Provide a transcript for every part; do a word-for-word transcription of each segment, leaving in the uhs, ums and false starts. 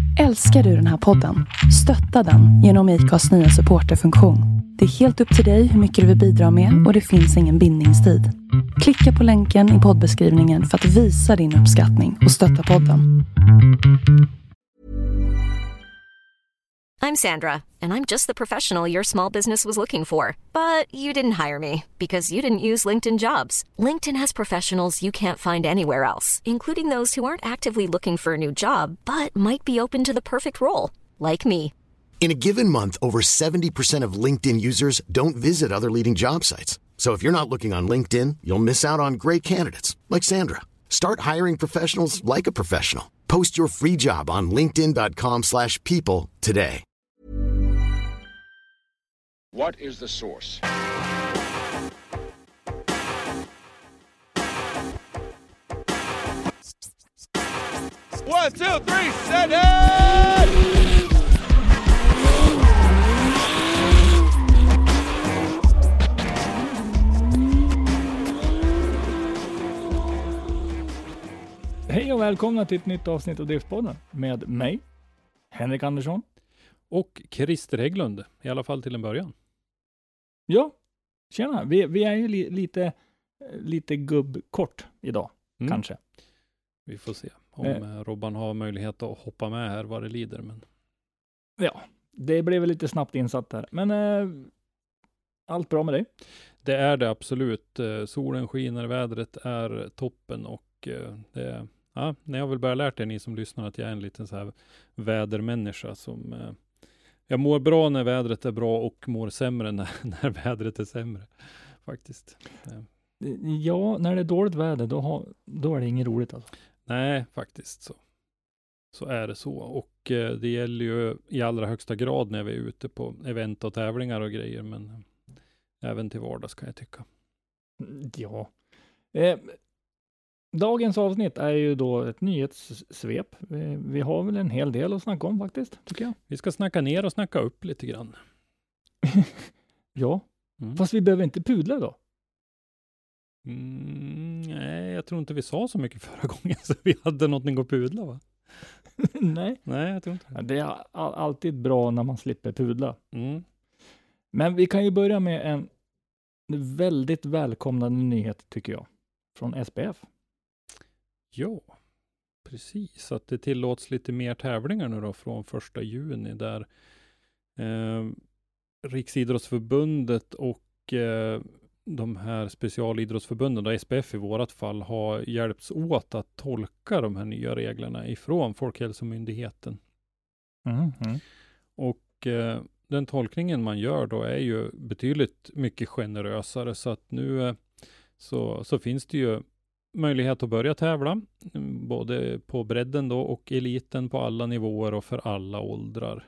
Älskar du den här podden? Stötta den genom I C A:s nya supporterfunktion. Det är helt upp till dig hur mycket du vill bidra med och det finns ingen bindningstid. Klicka på länken i poddbeskrivningen för att visa din uppskattning och stötta podden. I'm Sandra, and I'm just the professional your small business was looking for. But you didn't hire me because you didn't use LinkedIn Jobs. LinkedIn has professionals you can't find anywhere else, including those who aren't actively looking for a new job, but might be open to the perfect role, like me. In a given month, over seventy percent of LinkedIn users don't visit other leading job sites. So if you're not looking on LinkedIn, you'll miss out on great candidates like Sandra. Start hiring professionals like a professional. Post your free job on linkedin dot com slash people today. What is the source? One, two, three, set it! Hej och välkomna till ett nytt avsnitt av Driftpodden med mig, Henrik Andersson. Och Christer Hägglund, i alla fall till en början. Ja, tjena. Vi, vi är ju li, lite, lite gubbkort idag, Mm. kanske. Vi får se om Eh. Robban har möjlighet att hoppa med här vad det lider. Men... Ja, det blev lite snabbt insatt här. Men eh, allt bra med dig? Det är det absolut. Eh, Solen skiner, vädret är toppen och eh, det, ja, ni har väl börjat lärt er, ni som lyssnar, att jag är en liten så här vädermänniska som eh, jag mår bra när vädret är bra och mår sämre när, när vädret är sämre faktiskt. Eh. Ja, när det är dåligt väder då, har, då är det inget roligt alltså. Nej, faktiskt så. Så är det så. Och eh, det gäller ju i allra högsta grad när vi är ute på event och tävlingar och grejer. Men eh, även till vardags kan jag tycka. Ja. Eh, dagens avsnitt är ju då ett nyhetssvep. Vi, vi har väl en hel del att snacka om faktiskt, tycker jag. Vi ska snacka ner och snacka upp lite grann. Ja, Mm. fast vi behöver inte pudla då. Mm, nej, jag tror inte vi sa så mycket förra gången så vi hade någonting att pudla, va? Nej. Nej, jag tror inte. Ja, det är all, alltid bra när man slipper pudla. Mm. Men vi kan ju börja med en väldigt välkomnande nyhet, tycker jag, från S P F. Ja, precis. Att det tillåts lite mer tävlingar nu då från första juni där eh, Riksidrottsförbundet och eh, de här specialidrottsförbunden, och S P F i vårat fall, har hjälpts åt att tolka de här nya reglerna ifrån Folkhälsomyndigheten. Mm, mm. Och eh, den tolkningen man gör då är ju betydligt mycket generösare, så att nu eh, så, så finns det ju möjlighet att börja tävla, mm, både på bredden då och eliten på alla nivåer och för alla åldrar.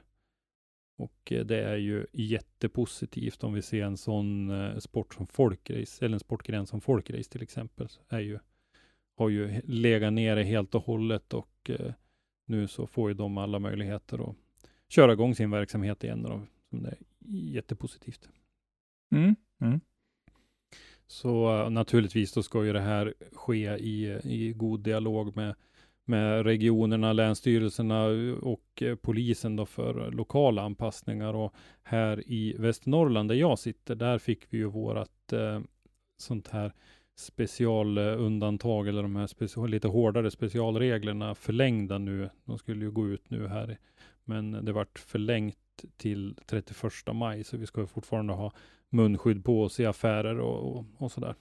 Och eh, det är ju jättepositivt om vi ser en sån eh, sport som folkrace, eller en sportgren som folkrace till exempel, är ju, har ju legat nere helt och hållet, och eh, nu så får ju de alla möjligheter att köra igång sin verksamhet igen då, som det är jättepositivt. Mm, mm. Så uh, naturligtvis då ska ju det här ske i, i god dialog med, med regionerna, länsstyrelserna och uh, polisen då för lokala anpassningar. Och här i Västernorrland där jag sitter, där fick vi ju vårat uh, sånt här specialundantag, eller de här special, lite hårdare specialreglerna förlängda nu. De skulle ju gå ut nu här, men det vart förlängt till trettioförsta maj, så vi ska fortfarande ha munskydd på oss i affärer och, och, och sådär.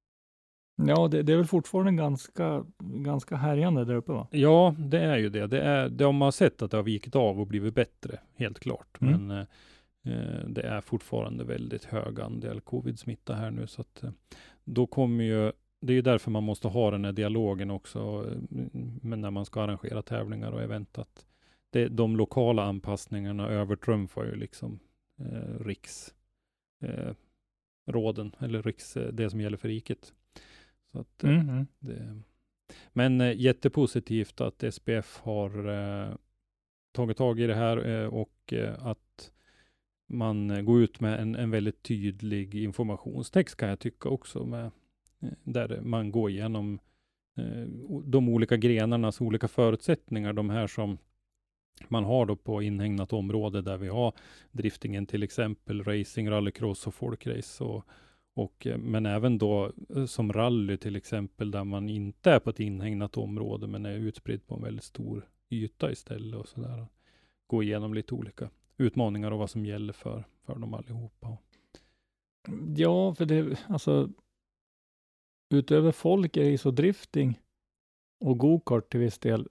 Ja, det, det är väl fortfarande ganska, ganska härjande där uppe, va? Ja, det är ju det. Det är, det har man sett att det har vikit av och blivit bättre, helt klart. Mm. Men eh, det är fortfarande väldigt hög andel covid-smitta här nu, så att eh, då kommer ju, det är ju därför man måste ha den här dialogen också, men när man ska arrangera tävlingar och event, att det, de lokala anpassningarna övertrumfar ju liksom eh, riks eh, råden, eller riks, det som gäller för riket. Så att, eh, Mm, mm. det, men eh, jättepositivt att S P F har eh, tagit tag i det här eh, och eh, att man eh, går ut med en, en väldigt tydlig informationstext, kan jag tycka också, med, eh, där man går igenom eh, de olika grenarnas olika förutsättningar. De här som man har då på inhägnat område där vi har driftingen, till exempel racing, rallycross och folkrace. Och, och, men även då som rally till exempel, där man inte är på ett inhägnat område men är utspridd på en väldigt stor yta istället och sådär. Gå igenom lite olika utmaningar och vad som gäller för, för dem allihopa. Ja, för det, alltså utöver folk är så drifting och go-kart till viss del.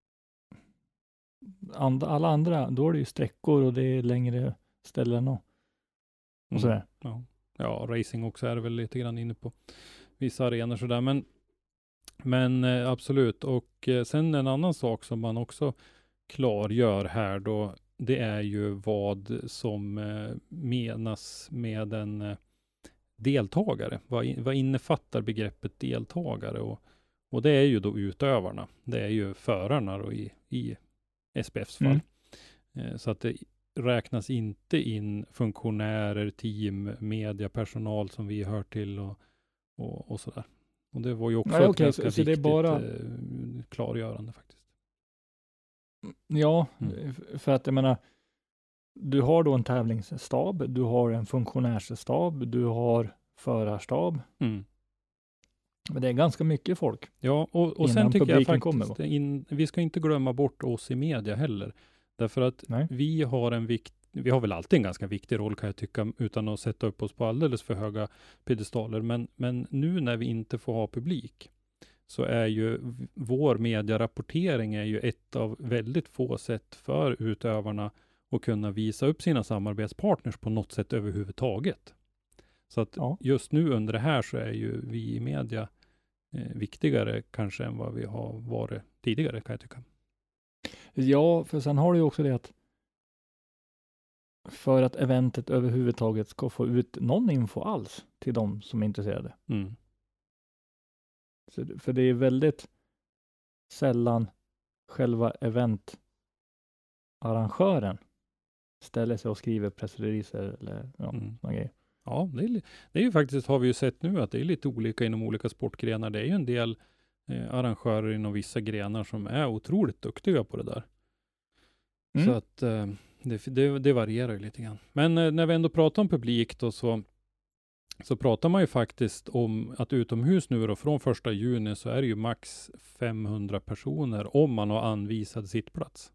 And, alla andra, då är det ju sträckor och det är längre ställen och, och sådär. Mm, ja. ja, racing också är väl lite grann inne på vissa arenor sådär. Men, men eh, absolut. Och eh, sen en annan sak som man också klargör här då, det är ju vad som eh, menas med en eh, deltagare. Vad, in, vad innefattar begreppet deltagare? Och, och det är ju då utövarna. Det är ju förarna då i, i S P Fs fall. Mm. Eh, så att det räknas inte in funktionärer, team, media, personal som vi hör till och, och, och sådär. Och det var ju också Nej, ett okay, ganska så, så viktigt det är bara... eh, klargörande faktiskt. Ja, Mm. för att jag menar, du har då en tävlingsstab, du har en funktionärsstab, du har förarstab. Mm. Men det är ganska mycket folk. Ja, och, och sen tycker jag faktiskt, kommer, in, vi ska inte glömma bort oss i media heller. Därför att Nej. vi har en vikt, vi har väl alltid en ganska viktig roll kan jag tycka, utan att sätta upp oss på alldeles för höga piedestaler. Men, men nu när vi inte får ha publik, så är ju vår medierapportering är ju ett av väldigt få sätt för utövarna att kunna visa upp sina samarbetspartners på något sätt överhuvudtaget. Så att ja. Just nu under det här så är ju vi i media eh, viktigare kanske än vad vi har varit tidigare, kan jag tycka. Ja, för sen har du ju också det att för att eventet överhuvudtaget ska få ut någon info alls till de som är intresserade. Mm. Så, för det är väldigt sällan själva eventarrangören ställer sig och skriver pressreleaser eller ja, mm. några grejer. Ja, det är, det är ju faktiskt, har vi ju sett nu, att det är lite olika inom olika sportgrenar. Det är ju en del eh, arrangörer inom vissa grenar som är otroligt duktiga på det där. Mm. Så att eh, det, det, det varierar ju lite grann. Men eh, när vi ändå pratar om publik då, så, så pratar man ju faktiskt om att utomhus nu då, från första juni så är det ju max femhundra personer om man har anvisad sittplats.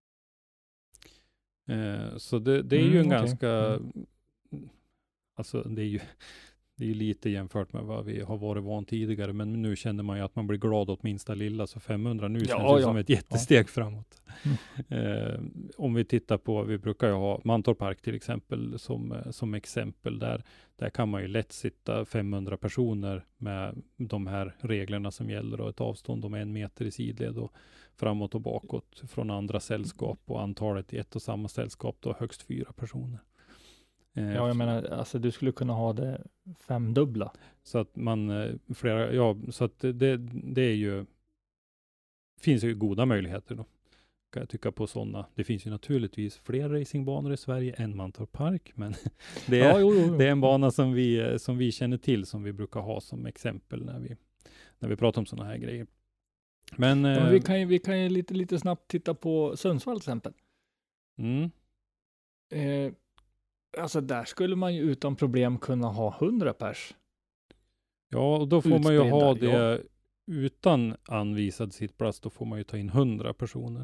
Eh, så det, det är ju mm, en okay. ganska... Mm. Alltså det är ju det är ju lite jämfört med vad vi har varit van tidigare, men nu känner man ju att man blir glad åt minsta lilla, så femhundra nu ja, känns det ja. som ett jättesteg ja. framåt. Mm. Eh, om vi tittar på, vi brukar ju ha Mantorp Park till exempel som, som exempel, där, där kan man ju lätt sitta femhundra personer med de här reglerna som gäller och ett avstånd om en meter i sidled och framåt och bakåt från andra sällskap, och antalet i ett och samma sällskap då högst fyra personer. Ja, jag menar, alltså du skulle kunna ha det femdubbla. Så att man, flera, ja, så att det, det är ju, finns ju goda möjligheter då, kan jag tycka på sådana. Det finns ju naturligtvis fler racingbanor i Sverige än Mantorp Park, men det är, ja, jo, jo, jo. det är en bana som vi, som vi känner till, som vi brukar ha som exempel när vi, när vi pratar om sådana här grejer. Men, ja, men vi kan ju, vi kan ju lite, lite snabbt titta på Sundsvall till exempel. Mm. Eh, Alltså där skulle man ju utan problem kunna ha hundra pers. Ja, och då får Utspridda, man ju ha det ja. utan anvisad sittplats. Då får man ju ta in hundra personer.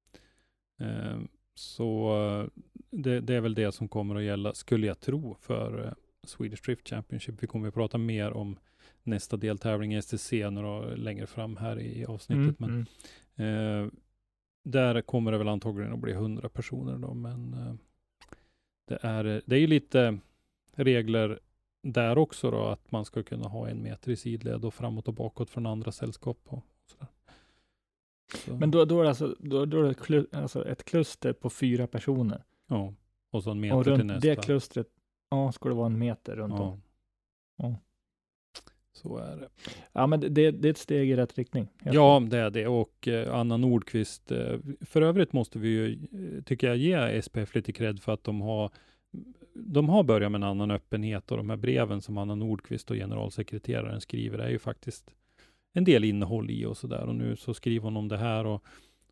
Eh, så det, det är väl det som kommer att gälla, skulle jag tro, för eh, Swedish Drift Championship. Vi kommer att prata mer om nästa deltävling i S T C några längre fram här i avsnittet. Mm, men mm. Eh, där kommer det väl antagligen att bli hundra personer då, men eh, Det är, det är ju lite regler där också då, att man ska kunna ha en meter i sidled och framåt och bakåt från andra sällskap. Och sådär. Så. Men då, då är det, alltså, då, då är det klu, alltså ett kluster på fyra personer. Ja, och så en meter och runt till nästa. Det klustret, ja, ska det vara en meter runt ja. om. Ja. Så är det. Ja, men det, det är ett steg i rätt riktning. Ja, det är det. Och eh, Anna Nordqvist, eh, för övrigt måste vi ju, tycker jag, ge S P F lite cred för att de har, de har börjat med en annan öppenhet, och de här breven som Anna Nordqvist och generalsekreteraren skriver är ju faktiskt en del innehåll i och sådär. Och nu så skriver hon om det här, och,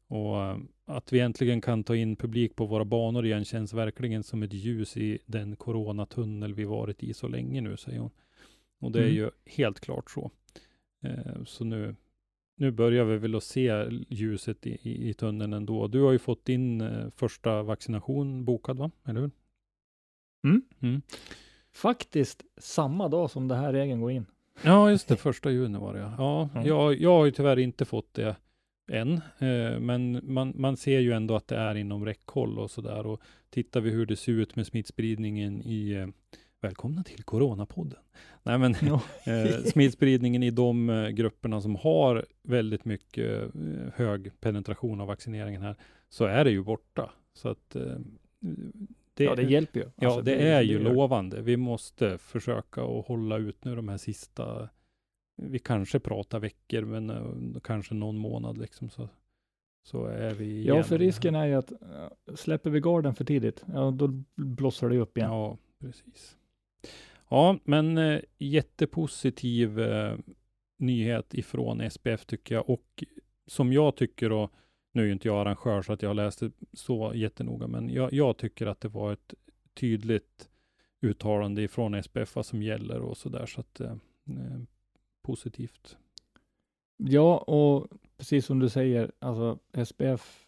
Och eh, att vi äntligen kan ta in publik på våra banor igen känns verkligen som ett ljus i den coronatunnel vi varit i så länge nu, säger hon. Och det är Mm. ju helt klart så. Eh, så nu, nu börjar vi väl att se ljuset i, i, i tunneln ändå. Du har ju fått din eh, första vaccination bokad, va? Eller hur? Mm. Mm. Faktiskt samma dag som det här regeln går in. Ja, just det. Första juni var det. Ja, Mm. jag, jag har ju tyvärr inte fått det än. Eh, men man, man ser ju ändå att det är inom räckhåll och sådär. Och tittar vi hur det ser ut med smittspridningen i... Eh, välkomna till Coronapodden. Nej, men Ja. eh, smittspridningen i de eh, grupperna som har väldigt mycket eh, hög penetration av vaccineringen här, så är det ju borta. Så att eh, det, ja, det hjälper ju. ja, Alltså, det, är ju det lovande. Vi måste försöka att hålla ut nu de här sista, vi kanske pratar veckor, men uh, kanske någon månad liksom, så, så är vi Ja, igen. för risken är ju att uh, släpper vi garden för tidigt, ja, då blossar det upp igen. Ja, precis. Ja, men uh, jättepositiv uh, nyhet ifrån S P F tycker jag, och som jag tycker då, nu är ju inte jag arrangör så att jag har läst det så jättenoga, men jag, jag tycker att det var ett tydligt uttalande ifrån S P F vad som gäller och sådär, så att eh, positivt. Ja, och precis som du säger, alltså S P F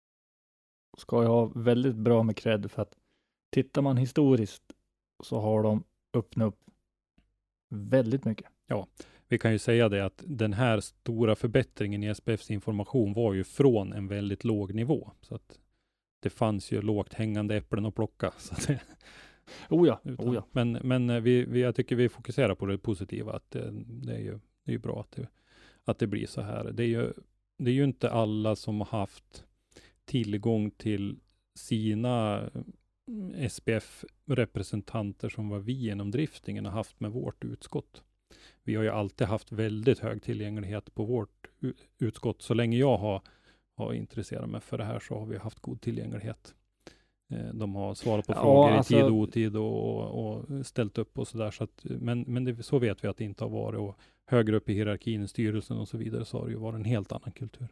ska ju ha väldigt bra med cred, för att tittar man historiskt så har de öppnat upp väldigt mycket. Ja, vi kan ju säga det att den här stora förbättringen i S P Fs information var ju från en väldigt låg nivå. Så att det fanns ju lågt hängande äpplen att plocka. Så att det, Oh ja, utan, oh ja. Men, men vi, vi, jag tycker vi fokuserar på det positiva. Att det, det är ju det är bra att det, att det blir så här. Det är, ju, det är ju inte alla som har haft tillgång till sina S P F-representanter som var vi genom driftingen har haft med vårt utskott. Vi har ju alltid haft väldigt hög tillgänglighet på vårt utskott. Så länge jag har, har intresserat mig för det här så har vi haft god tillgänglighet. Eh, de har svarat på Ja, frågor alltså, i tid och otid och, och ställt upp och sådär. Så att, men men det, så vet vi att det inte har varit. Och högre upp i hierarkin, i styrelsen och så vidare, så har det ju varit en helt annan kultur.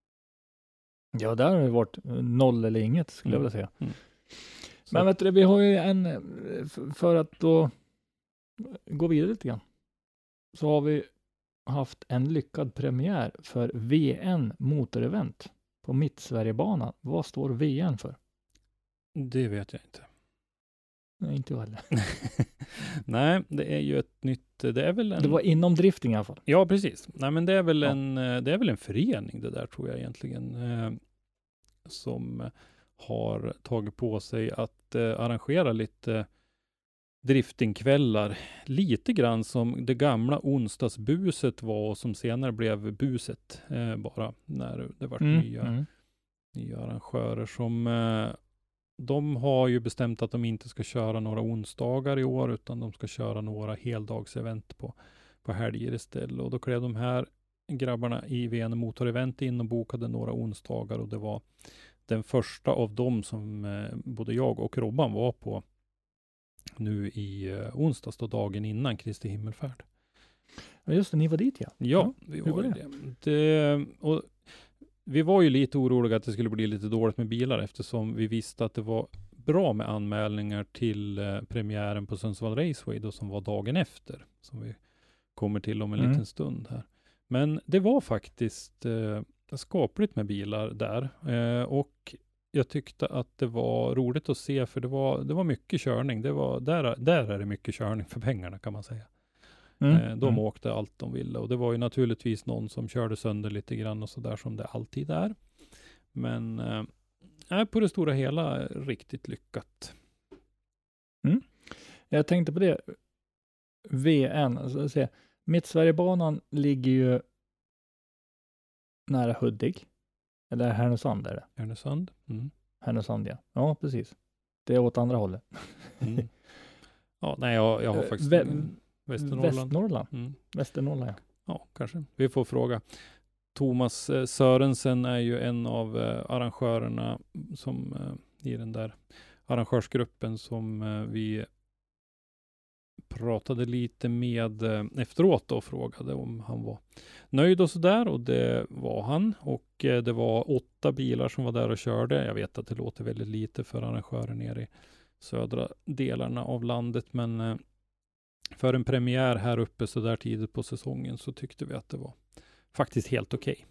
Ja, där har det varit noll eller inget, skulle Mm. jag vilja säga. Mm. Men vet du, vi har ju en, för att då gå vidare lite grann, så har vi haft en lyckad premiär för V N motorevent på Mittsverigebanan. Vad står V N för? Det vet jag inte. Nej, inte jag heller. Nej, det är ju ett nytt, det är väl en... Det var inom drifting i alla fall. Ja, precis. Nej, men det är väl Ja. en, det är väl en förening det där, tror jag egentligen, eh, som har tagit på sig att eh, arrangera lite driftingkvällar. Lite grann som det gamla onsdagsbuset var och som senare blev buset eh, bara när det var Mm, nya, mm. nya arrangörer som eh, de har ju bestämt att de inte ska köra några onsdagar i år, utan de ska köra några heldagsevent på, på helger istället. Och då klev de här grabbarna i V N Motorevent in och bokade några onsdagar, och det var den första av dem som eh, både jag och Robban var på nu i eh, onsdags, då dagen innan Kristi himmelfärd. Ja, just det, ni var dit ja. Ja, vi hur var var ju det? det. det och vi var ju lite oroliga att det skulle bli lite dåligt med bilar, eftersom vi visste att det var bra med anmälningar till eh, premiären på Sundsvall Raceway då, som var dagen efter, som vi kommer till om en Mm. liten stund här. Men det var faktiskt eh, skapligt med bilar där, eh, och jag tyckte att det var roligt att se, för det var, det var mycket körning. Det var, där, där är det mycket körning för pengarna, kan man säga. Mm. Eh, de mm. åkte allt de ville, och det var ju naturligtvis någon som körde sönder lite grann och så där, som det alltid är. Men eh, på det stora hela riktigt lyckat. Jag tänkte på det. V N, alltså, se, Mittsverigebanan ligger ju nära Hudik. Eller Härnösand är det. Härnösand. Mm. Härnösand, ja. Ja, precis. Det är åt andra hållet. Mm. Ja, nej, jag, jag har Eh, faktiskt Vä- ingen- Västernorrland. Västernorrland. Mm. Västernorrland, ja. Ja, kanske. Vi får fråga. Thomas eh, Sörensen är ju en av eh, arrangörerna som eh, i den där arrangörsgruppen som eh, vi pratade lite med eh, efteråt och frågade om han var nöjd och sådär, och det var han. Och eh, det var åtta bilar som var där och körde. Jag vet att det låter väldigt lite för arrangörer nere i södra delarna av landet, men eh, för en premiär här uppe så där tidigt på säsongen så tyckte vi att det var faktiskt helt okej.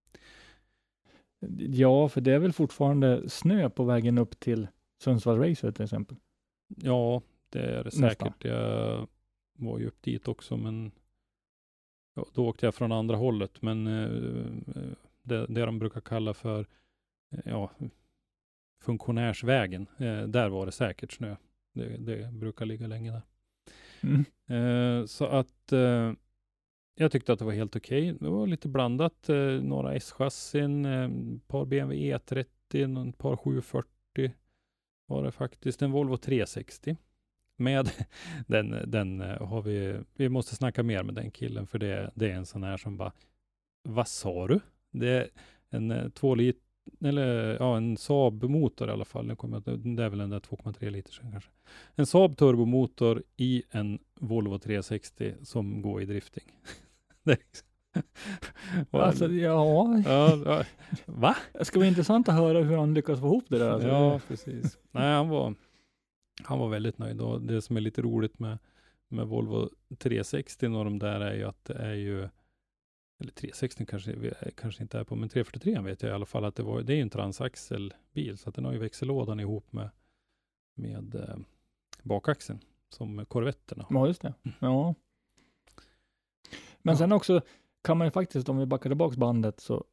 Ja, för det är väl fortfarande snö på vägen upp till Sundsvall Raceway till exempel. Ja, det är det Nästan. säkert. Jag var ju upp dit också, men ja, då åkte jag från andra hållet. Men eh, det, det de brukar kalla för eh, ja, funktionärsvägen, eh, där var det säkert snö. Det, det brukar ligga länge där. Mm. Eh, så att eh, jag tyckte att det var helt okej. Det var lite blandat. Eh, några S-chassin, eh, ett par B M W E trettio, ett par sju fyrtio var det faktiskt. En Volvo tre sextio. Med den, den har vi, vi måste snacka mer med den killen, för det, det är en sån här som bara, vad sa du? Det är en två liter, eller ja, en Saab-motor i alla fall. Den kommer, det är väl den där två komma tre liter sen kanske. En Saab-turbomotor i en Volvo tre sextio som går i drifting. Det är liksom. Alltså, ja. Ja, ja. Va? Det ska vara intressant att höra hur han lyckas få ihop det där. Alltså. Ja, precis. Nej, han var, han var väldigt nöjd. Och det som är lite roligt med, med Volvo tre sextio och de där är ju att det är ju, eller tre sextio kanske, kanske inte är på, men tre fyrtiotre vet jag i alla fall att det var, det är ju en transaxelbil, så att den har ju växellådan ihop med, med eh, bakaxeln som Corvetterna har. Ja, just det. Ja. Men Ja. sen också kan man ju faktiskt, om vi backar tillbaka bandet, så,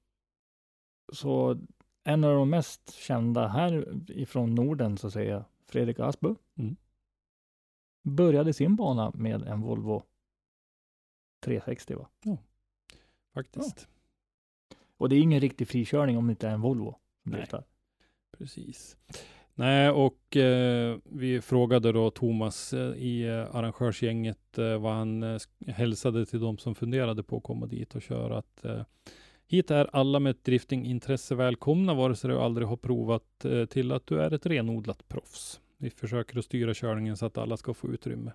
så en av de mest kända här ifrån Norden, så att säga, Fredrik Asbø, Mm. började sin bana med en Volvo tre sextio, va? Faktiskt. Och det är ingen riktig frikörning om det inte är en Volvo. som Nej. driftar. Precis. Nej, och eh, vi frågade då Thomas eh, i eh, arrangörsgänget eh, vad han eh, hälsade till de som funderade på att komma dit och köra. Att, eh, hit är alla med ett driftingintresse välkomna, vare sig du aldrig har provat eh, till att du är ett renodlat proffs. Vi försöker att styra körningen så att alla ska få utrymme.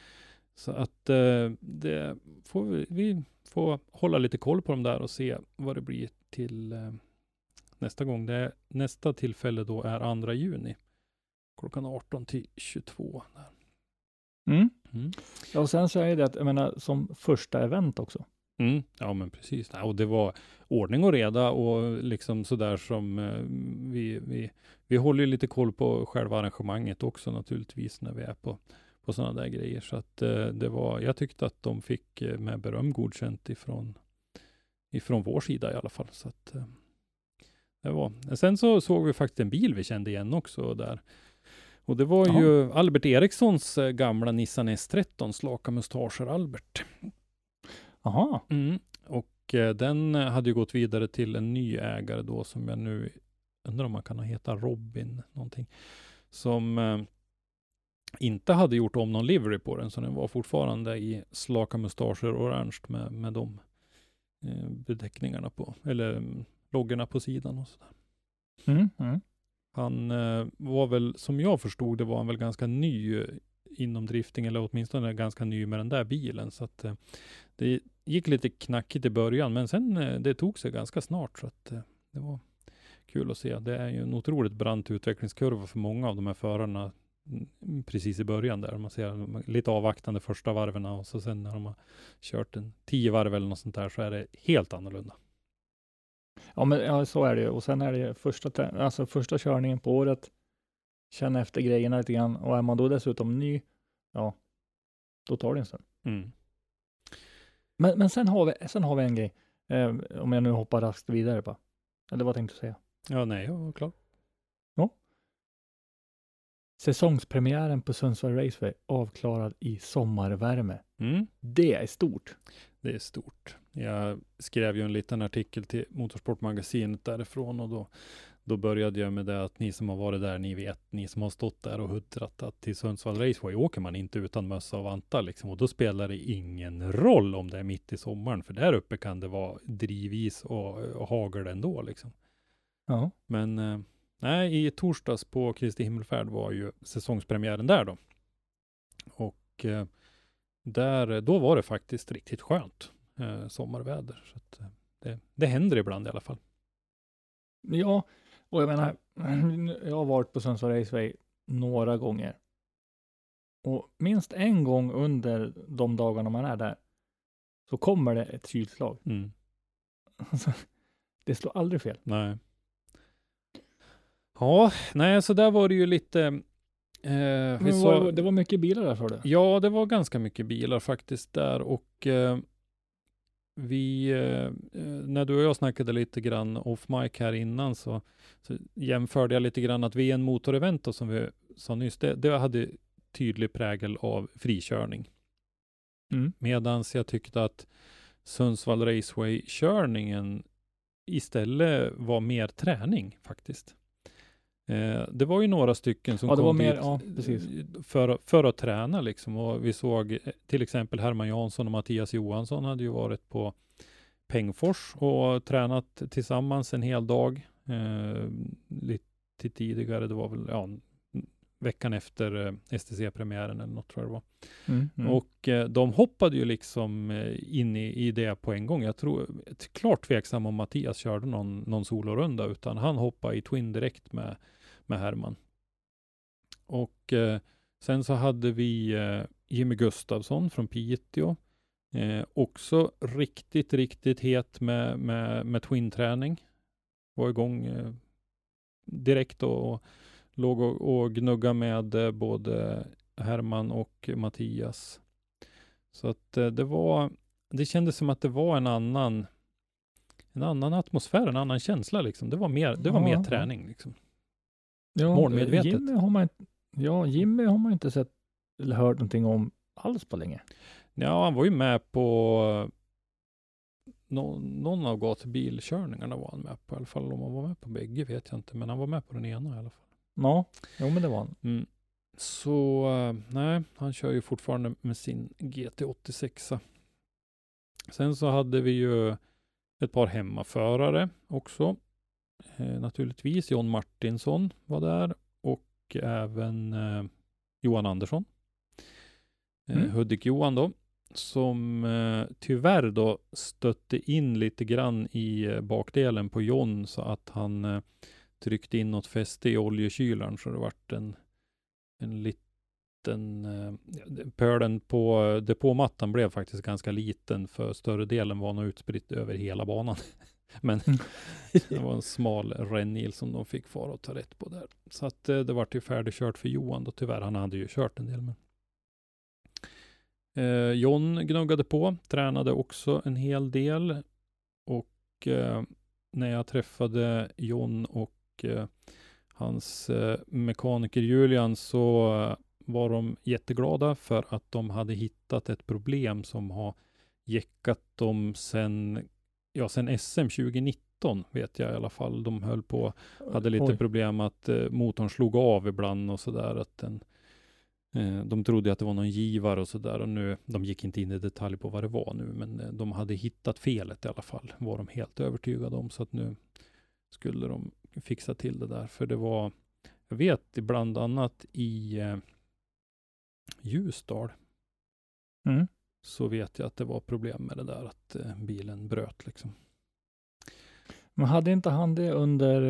Så att eh, det får vi, vi får hålla lite koll på dem där och se vad det blir till eh, nästa gång. Det är, nästa tillfälle då är andra juni. Klockan arton till tjugotvå. Där. Mm. Mm. Ja, och sen så är det att, jag menar, som första event också. Mm. Ja, men precis. Ja, och det var ordning och reda och liksom sådär som eh, vi, vi, vi håller ju lite koll på själva arrangemanget också naturligtvis när vi är på, på sådana där grejer. Så att eh, det var, jag tyckte att de fick eh, med beröm godkänt ifrån, ifrån vår sida i alla fall. Så att eh, det var. Sen så såg vi faktiskt en bil vi kände igen också där. Och det var Jaha. ju Albert Erikssons eh, gamla Nissan S tretton, slaka mustascher Albert. Jaha. Mm. Och eh, den hade ju gått vidare till en ny ägare då som jag nu undrar om man kan heta Robin någonting. Som eh, inte hade gjort om någon livery på den, så den var fortfarande i slaka mustascher orange med, med de eh, beteckningarna på, eller mm, loggorna på sidan och sådär. Mm. Mm. Han eh, var väl, som jag förstod det, var han väl ganska ny eh, inom drifting, eller åtminstone ganska ny med den där bilen. Så att eh, det gick lite knackigt i början, men sen eh, det tog sig ganska snart. Så att eh, det var kul att se. Det är ju en otroligt brant utvecklingskurva för många av de här förarna mm, precis i början där. Man ser lite avvaktande första varven och så sen när de har kört en tio varv eller något sånt där så är det helt annorlunda. Ja, men ja, så är det ju. Och sen är det första, tä- alltså första körningen på året. Känna efter grejerna lite grann. Och är man då dessutom ny, ja, då tar det en stund. Mm. Men, men sen, har vi, sen har vi en grej. Eh, om jag nu hoppar raskt vidare på. Eller vad tänkte du säga? Ja, nej, jag var klar. Säsongspremiären på Sundsvall Raceway avklarad i sommarvärme. Mm. Det är stort. Det är stort. Jag skrev ju en liten artikel till Motorsportmagasinet därifrån och då, då började jag med det att ni som har varit där, ni vet, ni som har stått där och huttrat att till Sundsvall Raceway åker man inte utan mössa och vantar liksom, och då spelar det ingen roll om det är mitt i sommaren, för där uppe kan det vara drivis och, och hagel ändå liksom. Ja. Men eh, nej, i torsdags på Kristi himmelfärd var ju säsongspremiären där då. Och eh, där, då var det faktiskt riktigt skönt eh, sommarväder. Så att, eh, det, det händer ibland i alla fall. Ja, och jag menar, jag har varit på Sundsvall Raceway några gånger. Och minst en gång under de dagarna man är där så kommer det ett kylslag. Mm. Alltså, det slår aldrig fel. Nej. Ja, nej, så där var det ju lite... Eh, vi Men sa, var, det var mycket bilar där, sa du? ja, det var ganska mycket bilar faktiskt där. Och eh, vi, eh, när du och jag snackade lite grann off mic här innan så, så jämförde jag lite grann att V N Motorevent då, som vi sa nyss, det, det hade tydlig prägel av frikörning. Mm. Medans jag tyckte att Sundsvall Raceway-körningen istället var mer träning faktiskt. Eh, det var ju några stycken som ja, det kom var mer, dit ja, precis. för, för att träna liksom. Och vi såg till exempel Herman Jansson och Mattias Johansson hade ju varit på Pengfors och tränat tillsammans en hel dag. Eh, lite tidigare, det var väl ja, veckan efter eh, S T C-premiären eller något tror jag det var. Mm, mm. Och eh, de hoppade ju liksom eh, in i, i det på en gång. Jag tror, klart tveksam om Mattias körde någon, någon solorunda, utan han hoppade i Twin direkt med, med Herman. Och eh, sen så hade vi eh, Jimmy Gustafsson från Piteå. Eh, också riktigt, riktigt het med, med, med Twin-träning. Var igång eh, direkt och, och låg och, och gnugga med eh, både Herman och Mattias. Så att eh, det var, det kändes som att det var en annan en annan atmosfär, en annan känsla liksom. Det var mer, det var Ja, mer ja. träning liksom. Ja, målmedvetet. Jimmy har man, ja, Jimmy har man inte sett eller hört någonting om alls på länge. Ja, han var ju med på no, någon av gatubilkörningarna var han med på. I alla fall om han var med på bägge vet jag inte, men han var med på den ena i alla fall. Ja, jo men det var han. Mm. Så uh, nej, han kör ju fortfarande med sin G T åttiosex. Sen så hade vi ju ett par hemmaförare också. Eh, naturligtvis John Martinsson var där och även eh, Johan Andersson. Eh, Mm. Hudik-Johan då. Som eh, tyvärr då stötte in lite grann i eh, bakdelen på John så att han eh, tryckte in något fäste i oljekylaren så det vart en, en liten eh, pölen på depåmattan blev faktiskt ganska liten för större delen var nog utspritt över hela banan. Men det var en smal rännil som de fick fara och ta rätt på där. Så att eh, det var till färdigkört för Johan då tyvärr. Han hade ju kört en del men Eh, John gnuggade på, tränade också en hel del och eh, när jag träffade John och eh, hans eh, mekaniker Julian så eh, var de jätteglada för att de hade hittat ett problem som har jäckat dem sen, ja, sen S M tjugonitton vet jag i alla fall. De höll på, hade lite Oj. problem att eh, motorn slog av ibland och sådär att den de trodde att det var någon givare och sådär och nu, de gick inte in i detalj på vad det var nu, men de hade hittat felet i alla fall, var de helt övertygade om, så att nu skulle de fixa till det där, för det var, jag vet bland annat i eh, Ljusdal Mm. så vet jag att det var problem med det där, att eh, bilen bröt liksom. Men hade inte han det under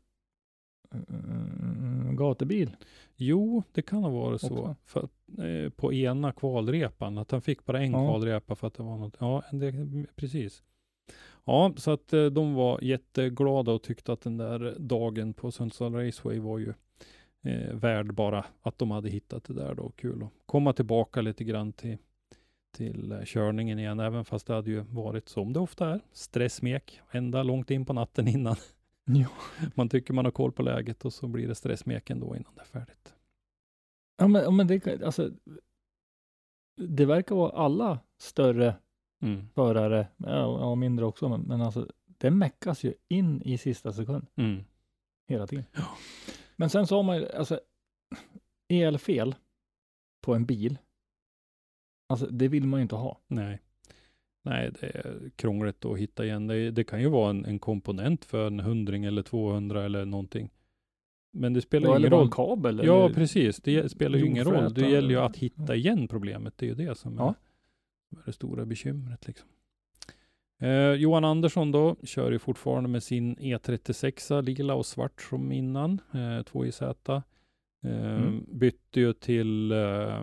uh, gatubil? Jo, det kan ha varit så. Också. För, att, eh, på ena kvalrepan. Att han fick bara en Ja. kvalrepa för att det var något. Ja, det, precis. Ja, så att eh, de var jätteglada och tyckte att den där dagen på Sundsvall Raceway var ju eh, värd bara att de hade hittat det där då. Kul att komma tillbaka lite grann till, till eh, körningen igen. Även fast det hade ju varit som det ofta är. Stressmek ända långt in på natten innan. Ja. Man tycker man har koll på läget och så blir det stressmeken då innan det är färdigt. Ja, men, ja, men det, alltså, det verkar vara alla större Mm. förare, ja, ja mindre också, men, men alltså det meckas ju in i sista sekund Mm. hela tiden. Men sen så har man ju, alltså elfel på en bil, alltså det vill man ju inte ha. Nej. Nej, det är krångligt att hitta igen. Det, det kan ju vara en, en komponent för en hundring eller tvåhundra eller någonting. Men det spelar Ja, ingen eller bara roll. en kabel. Ja, eller precis. Det spelar ju ingen roll. jordfräta. Det gäller ju att hitta igen problemet. Det är ju det som Ja. är det stora bekymret. Liksom. Eh, Johan Andersson då kör ju fortfarande med sin E trettiosex, lila och svart som innan. Eh, två i Z. Eh, Mm. Bytte ju till eh,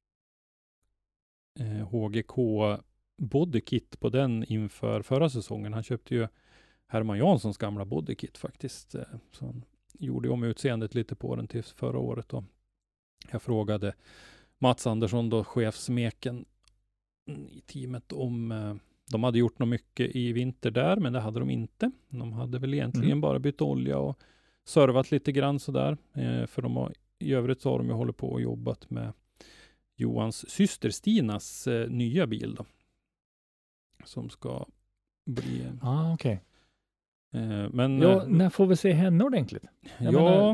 eh, H G K bodykit på den inför förra säsongen. Han köpte ju Herman Janssons gamla bodykit faktiskt. Eh, så han gjorde om utseendet lite på den till förra året då. Jag frågade Mats Andersson då, chefsmeken i teamet, om eh, de hade gjort något mycket i vinter där, men det hade de inte. De hade väl egentligen Mm. bara bytt olja och servat lite grann sådär. Eh, för de har, i övrigt så har de ju hållit på och jobbat med Johans syster Stinas eh, nya bil då. Som ska bli... Ah, okej. Eh, men... Ja, eh, när får vi se henne ordentligt? Jag ja... menar,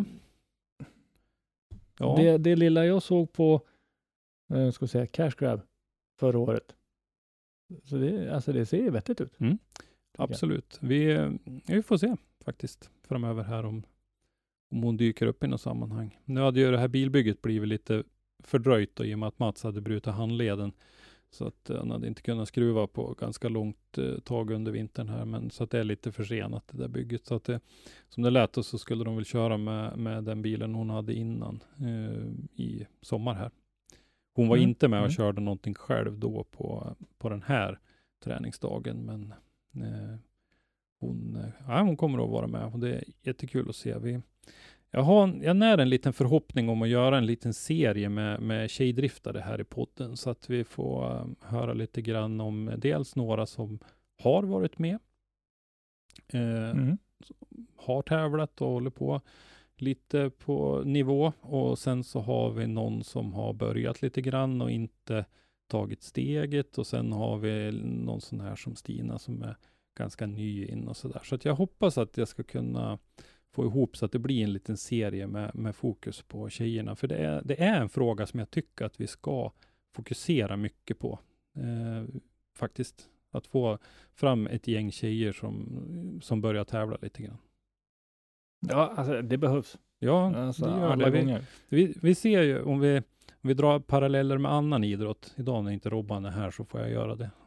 ja. Det, det lilla jag såg på eh, ska jag säga, Cash Grab förra året. Så det, alltså det ser vettigt ut. Mm. jag. Absolut. Vi, eh, vi får se faktiskt framöver här om, om hon dyker upp i något sammanhang. Nu hade ju det här bilbygget blivit lite fördröjt då, i och med att Mats hade brutit handleden. Så att eh, han hade inte kunnat skruva på ganska långt eh, tag under vintern här. Men så att det är lite försenat det där bygget. Så att det, som det lät så skulle de väl köra med, med den bilen hon hade innan eh, i sommar här. Hon var Mm. inte med och Mm. körde någonting själv då på, på den här träningsdagen. Men eh, hon, eh, ja, hon kommer att vara med och det är jättekul att se. Vi, jag har jag när en liten förhoppning om att göra en liten serie med, med tjejdriftare här i podden, så att vi får um, höra lite grann om dels några som har varit med, eh, Mm. har tävlat och håller på lite på nivå, och sen så har vi någon som har börjat lite grann och inte tagit steget, och sen har vi någon sån här som Stina som är ganska ny in och sådär. Så att jag hoppas att jag ska kunna få ihop så att det blir en liten serie med, med fokus på tjejerna. För det är, det är en fråga som jag tycker att vi ska fokusera mycket på. Eh, faktiskt. Att få fram ett gäng tjejer som, som börjar tävla lite grann. Ja, alltså det behövs. Ja, Alltså, det gör alla det. Vi, gånger. vi, vi ser ju, om vi, om vi drar paralleller med annan idrott. Idag när inte Robban är här så får jag göra det.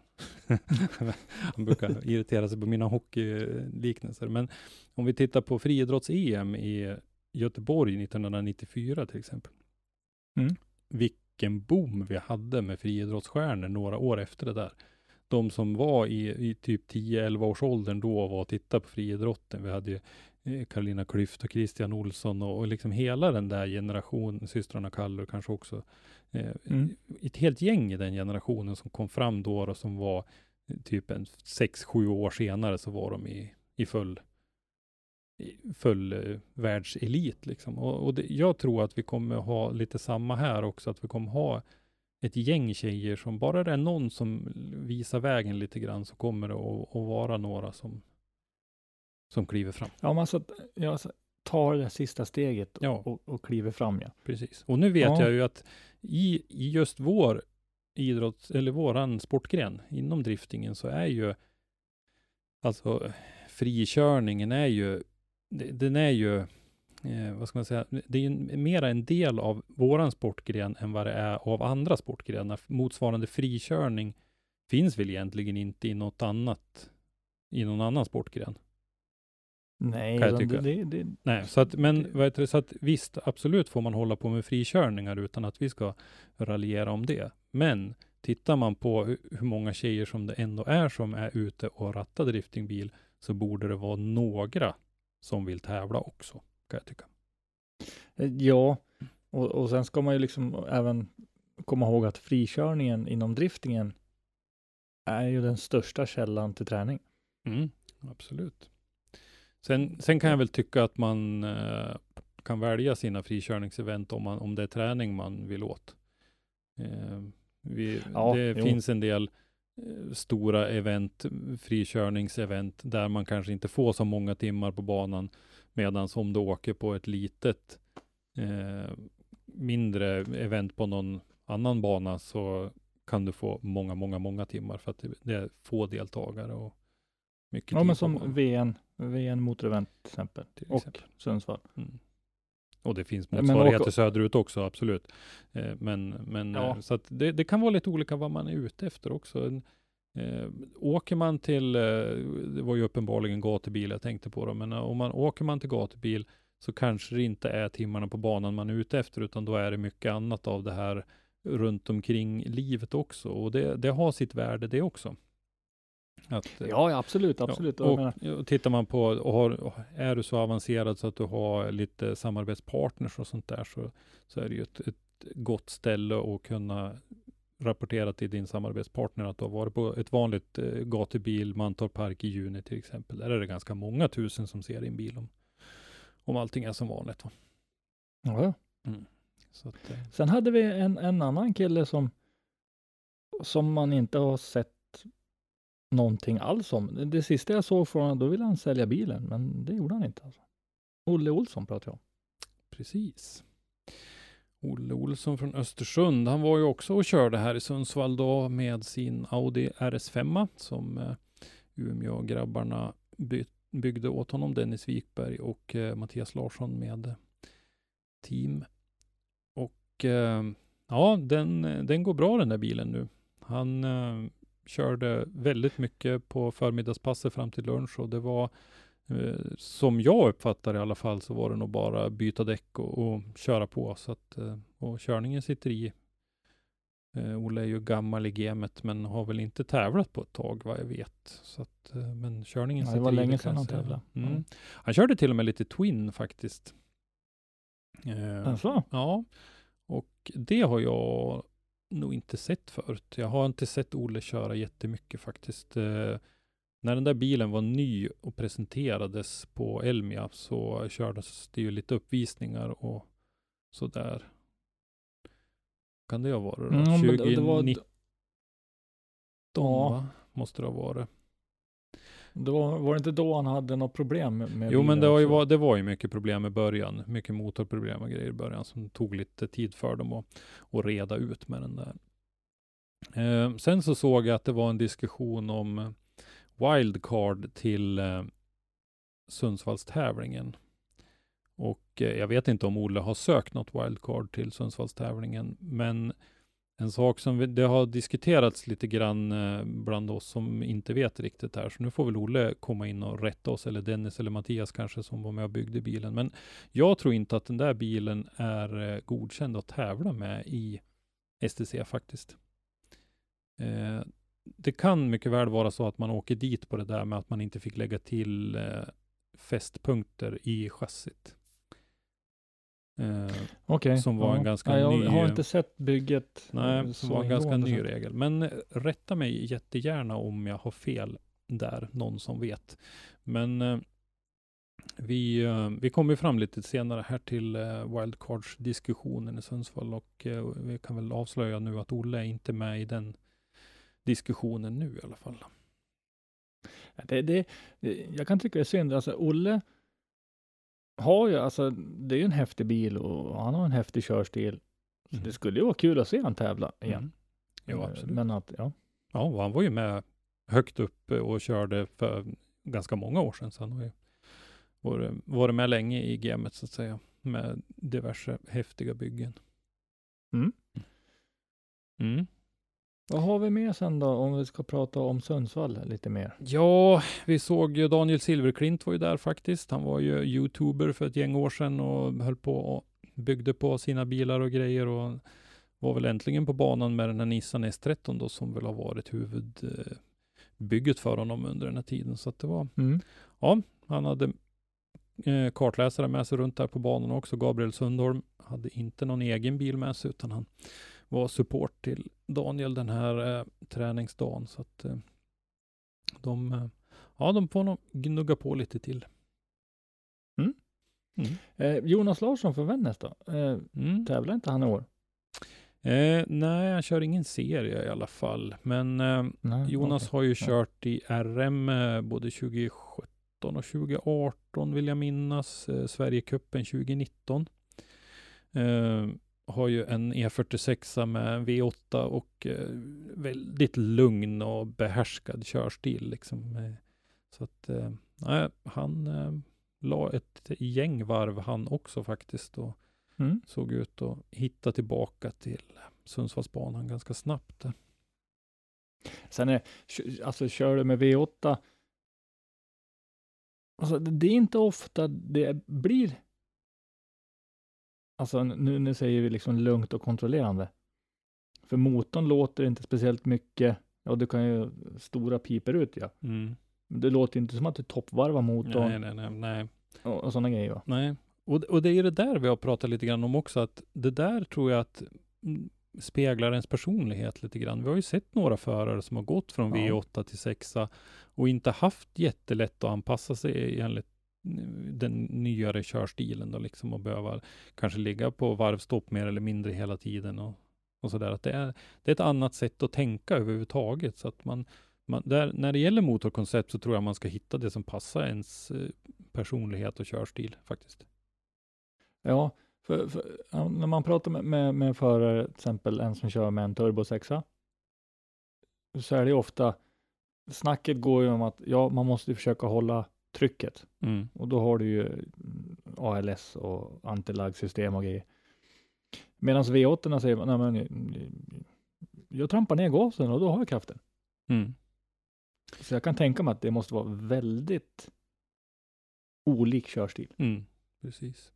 Han brukar irritera sig på mina hockeyliknelser. Men om vi tittar på friidrotts-E M i Göteborg nittonhundranittiofyra till exempel. Mm. Vilken boom vi hade med friidrottsstjärnor några år efter det där. De som var i, i typ tio elva års åldern då var och tittade på friidrotten. Vi hade ju eh, Karolina Klüft och Christian Olsson och, och liksom hela den där generationen, systrarna Kaller kanske också. Eh, Mm. Ett helt gäng i den generationen som kom fram då och som var typ en sex sju år senare så var de i, i full, i full eh, världselit liksom. Och, och det, jag tror att vi kommer ha lite samma här också, att vi kommer ha ett gäng tjejer som bara det är någon som visar vägen lite grann, så kommer det att, att vara några som, som kliver fram. Ja, man så, ja, så tar det sista steget Ja. och, och kliver fram. Ja. Precis. Och nu vet Ja. jag ju att i, i just vår idrott, eller våran sportgren inom driftingen, så är ju alltså frikörningen är ju det- den är ju eh, vad ska man säga, det är ju mera en del av våran sportgren än vad det är av andra sportgrenar. Motsvarande frikörning finns väl egentligen inte i något annat, i någon annan sportgren. Nej, Kan jag utan tycka. det, det, det, Nej, så att, men vad heter det, så att visst, absolut får man hålla på med frikörningar utan att vi ska raljera om det. Men tittar man på hur, hur många tjejer som det ändå är som är ute och rattar driftingbil, så borde det vara några som vill tävla också, kan jag tycka. ja, och, och sen ska man ju liksom även komma ihåg att frikörningen inom driftingen är ju den största källan till träning. Mm, absolut. Sen, sen kan jag väl tycka att man eh, kan välja sina frikörningsevent om, man, om det är träning man vill åt. Eh, vi, Ja, det jo. finns en del eh, stora event, frikörningsevent, där man kanske inte får så många timmar på banan, medan om du åker på ett litet eh, mindre event på någon annan bana, så kan du få många, många, många timmar, för att det, det är få deltagare och mycket Ja, tid men på som banan. V N, V N motorevent till exempel. Till Och exempel. Sundsvall. Mm. Och det finns Men motsvarigheter åka- söderut också, absolut. Eh, Men, men Ja. eh, så att det, det kan vara lite olika vad man är ute efter också. En, eh, åker man till, eh, det var ju uppenbarligen gatubil jag tänkte på då, men eh, om man åker man till gatubil så kanske det inte är timmarna på banan man är ute efter, utan då är det mycket annat av det här runt omkring livet också. Och det, det har sitt värde det också. Att, eh, Ja, ja, absolut, absolut. Ja, Jag och, menar, och tittar man på, och har, är du så avancerad så att du har lite samarbetspartners och sånt där, så, så är det ju ett, ett gott ställe att kunna rapportera till din samarbetspartner att du har varit på ett vanligt eh, gatubil, Mantorp Park i juni till exempel. Där är det ganska många tusen som ser din bil om, om allting är som vanligt. Va? ja, ja. Mm. Så att, eh, Sen hade vi en, en annan kille som, som man inte har sett någonting alls om. Det sista jag såg från honom, då ville han sälja bilen, men det gjorde han inte. Alltså. Olle Olsson pratar jag om. Precis. Olle Olsson från Östersund, han var ju också och körde här i Sundsvall då med sin Audi R S fem som eh, Umeå-grabbarna by- byggde åt honom, Dennis Wikberg och eh, Mattias Larsson med team. Och eh, ja, den, den går bra den där bilen nu. Han eh, körde väldigt mycket på förmiddagspasset fram till lunch och det var eh, som jag uppfattar i alla fall så var det nog bara byta däck och, och köra på. Så att, eh, och körningen sitter i. Eh, Olle är ju gammal i gamet men har väl inte tävlat på ett tag vad jag vet. Så att, eh, men körningen Ja, sitter det var i, länge kan sedan jag han säga. tävlade. Mm. Ja. Han körde till och med lite Twin faktiskt. Eh, Alltså? Ja, och det har jag nog inte sett förut. Jag har inte sett Olle köra jättemycket faktiskt. Eh, när den där bilen var ny och presenterades på Elmia så kördes det ju lite uppvisningar och sådär. Kan det ha varit då? Mm, men det- det var- tjugonitton Ja. va? Måste det ha varit. Det var, var det inte då han hade något problem med, med Jo, men bilen det var, ju, också? var- det var ju mycket problem i början. Mycket motorproblem och grejer i början som tog lite tid för dem att, att reda ut med den där. Eh, sen så såg jag att det var en diskussion om eh, wildcard till eh, Sundsvallstävlingen. Och eh, jag vet inte om Olle har sökt något wildcard till Sundsvallstävlingen, men en sak som vi, det har diskuterats lite grann eh, bland oss som inte vet riktigt här, så nu får väl Olle komma in och rätta oss, eller Dennis eller Mattias kanske som var med och byggde bilen. Men jag tror inte att den där bilen är eh, godkänd att tävla med i S T C faktiskt. Eh, det kan mycket väl vara så att man åker dit på det där med att man inte fick lägga till eh, fästpunkter i chassit. Eh, Okej. som var en ganska Nej, jag ny- har inte sett bygget. Nej, eh, som så var en ganska ingående ny så. regel. Men eh, rätta mig jättegärna om jag har fel där, någon som vet. Men eh, vi, eh, vi kommer ju fram lite senare här till eh, wildcards-diskussionen i Sundsvall och eh, vi kan väl avslöja nu att Olle är inte med i den diskussionen nu i alla fall. Det, det, det, jag kan tycka det är synd. Alltså, Olle har ju, alltså, det är ju en häftig bil och han har en häftig körstil. Så Mm. det skulle ju vara kul att se han tävla igen. Mm. Jo, Eh, absolut. Men att, ja. Ja, och han var ju med högt upp och körde för ganska många år sedan. Så han har ju varit, varit med länge i gamet så att säga. Med diverse häftiga byggen. Mm. Mm. Vad har vi med sen då om vi ska prata om Sundsvall lite mer? Ja, vi såg ju Daniel Silverklint var ju där faktiskt. Han var ju youtuber för ett gäng år sedan och höll på och byggde på sina bilar och grejer och var väl äntligen på banan med den här Nissan S tretton då som väl har varit huvudbygget för honom under den här tiden. Så att det var, Mm. ja, han hade eh, kartläsare med sig runt där på banan också. Gabriel Sundholm hade inte någon egen bil med sig utan han var support till Daniel den här eh, träningsdagen. Så att eh, de, eh, ja, de får nog gnugga på lite till. Mm. Mm. Eh, Jonas Larsson för Vännäs då? Eh, Mm. tävlar inte han i år? Eh, nej, han kör ingen serie i alla fall. Men eh, Nej, Jonas okej. har ju Ja. kört i R M eh, både tjugosjutton och tjugoarton vill jag minnas. Eh, Sverigecupen tjugonitton. Eh, har ju en E fyrtiosex med V åtta och eh, väldigt lugn och behärskad körstil liksom. Eh, så att eh, nej, han, eh, la ett gäng varv han också faktiskt och Mm. såg ut att hitta tillbaka till Sundsvallsbanan ganska snabbt. Sen är, alltså kör du med V åtta, alltså det är inte ofta det blir, alltså nu, nu säger vi liksom lugnt och kontrollerande. För motorn låter inte speciellt mycket, ja du kan ju stora piper ut ja. Mm. Men det låter inte som att du toppvarvar motorn. Nej, nej, nej, nej. Och, och sådana grejer va? Nej. Och, och det är det där vi har pratat lite grann om också, att det där tror jag att mm, speglar ens personlighet lite grann. Vi har ju sett några förare som har gått från Ja. V åtta till sexa och inte haft jättelätt att anpassa sig enligt den nyare körstilen då liksom, och behöva kanske ligga på varvstopp mer eller mindre hela tiden och, och sådär. Att det är, det är ett annat sätt att tänka överhuvudtaget, så att man, man där, när det gäller motorkoncept så tror jag man ska hitta det som passar ens eh, personlighet och körstil faktiskt. Ja, för, för ja, när man pratar med, med, med förare, till exempel en som kör med en turbo sexa, så är det ofta, snacket går ju om att ja, man måste försöka hålla trycket. Mm. Och då har du ju A L S och antilaggsystem och grejer. Medan V åtta säger man, nej men jag trampar ner gasen och då har jag kraften. Mm. Så jag kan tänka mig att det måste vara väldigt olik körstil. Mm. Precis.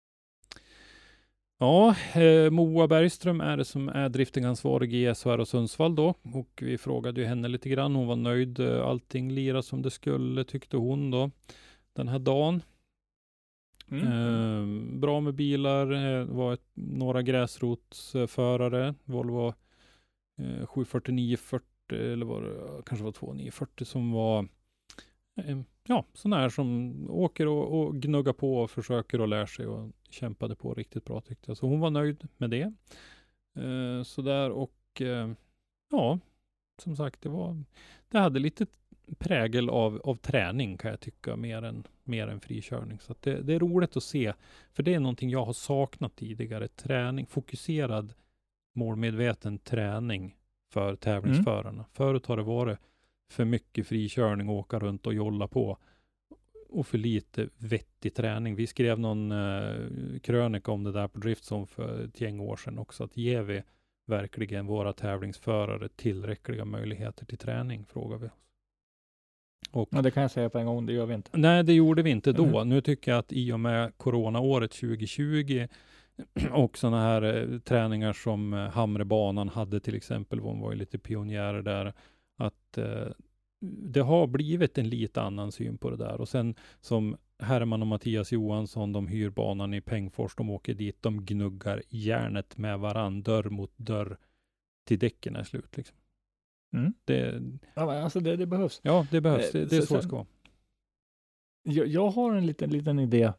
Ja, eh, Moa Bergström är det som är driftingansvarig i S H R och Sundsvall då. Och vi frågade ju henne lite grann. Hon var nöjd. Allting lirade som det skulle, tyckte hon då. Den här dagen. Mm. Eh, bra med bilar. Det var ett, några gräsrotsförare. Volvo eh, sju fyrtionio fyrtio eller var det, kanske var två nio fyrtio som var eh, ja, sådana här som åker och, och gnuggar på och försöker och lär sig och kämpade på riktigt bra tyckte jag. Så hon var nöjd med det. Eh, sådär och eh, ja, som sagt det var, det hade lite prägel av, av träning kan jag tycka mer än, mer än frikörning. Så att det, det är roligt att se, för det är någonting jag har saknat tidigare. Träning, fokuserad, målmedveten träning för tävlingsförarna. Mm. Förut har det varit för mycket frikörning och åka runt och jolla på. Och för lite vettig träning. Vi skrev någon eh, krönika om det där på Driftzone för ett gäng år sedan också. Att ger vi verkligen våra tävlingsförare tillräckliga möjligheter till träning, frågar vi oss. Och, ja, det kan jag säga på en gång, det gör vi inte. Nej, det gjorde vi inte då. Mm. Nu tycker jag att i och med coronaåret tjugo tjugo och sådana här eh, träningar som eh, Hamrebanan hade till exempel, hon var ju lite pionjärer där, att eh, det har blivit en lite annan syn på det där. Och sen som Herman och Mattias Johansson, de hyr banan i Pengfors, de åker dit, de gnuggar järnet med varann, dörr mot dörr till däcken är slut liksom. Mm. Det, ja, alltså det, det behövs. ja, det behövs. Det, det är så, så det ska vara. Jag, jag har en liten, liten idé.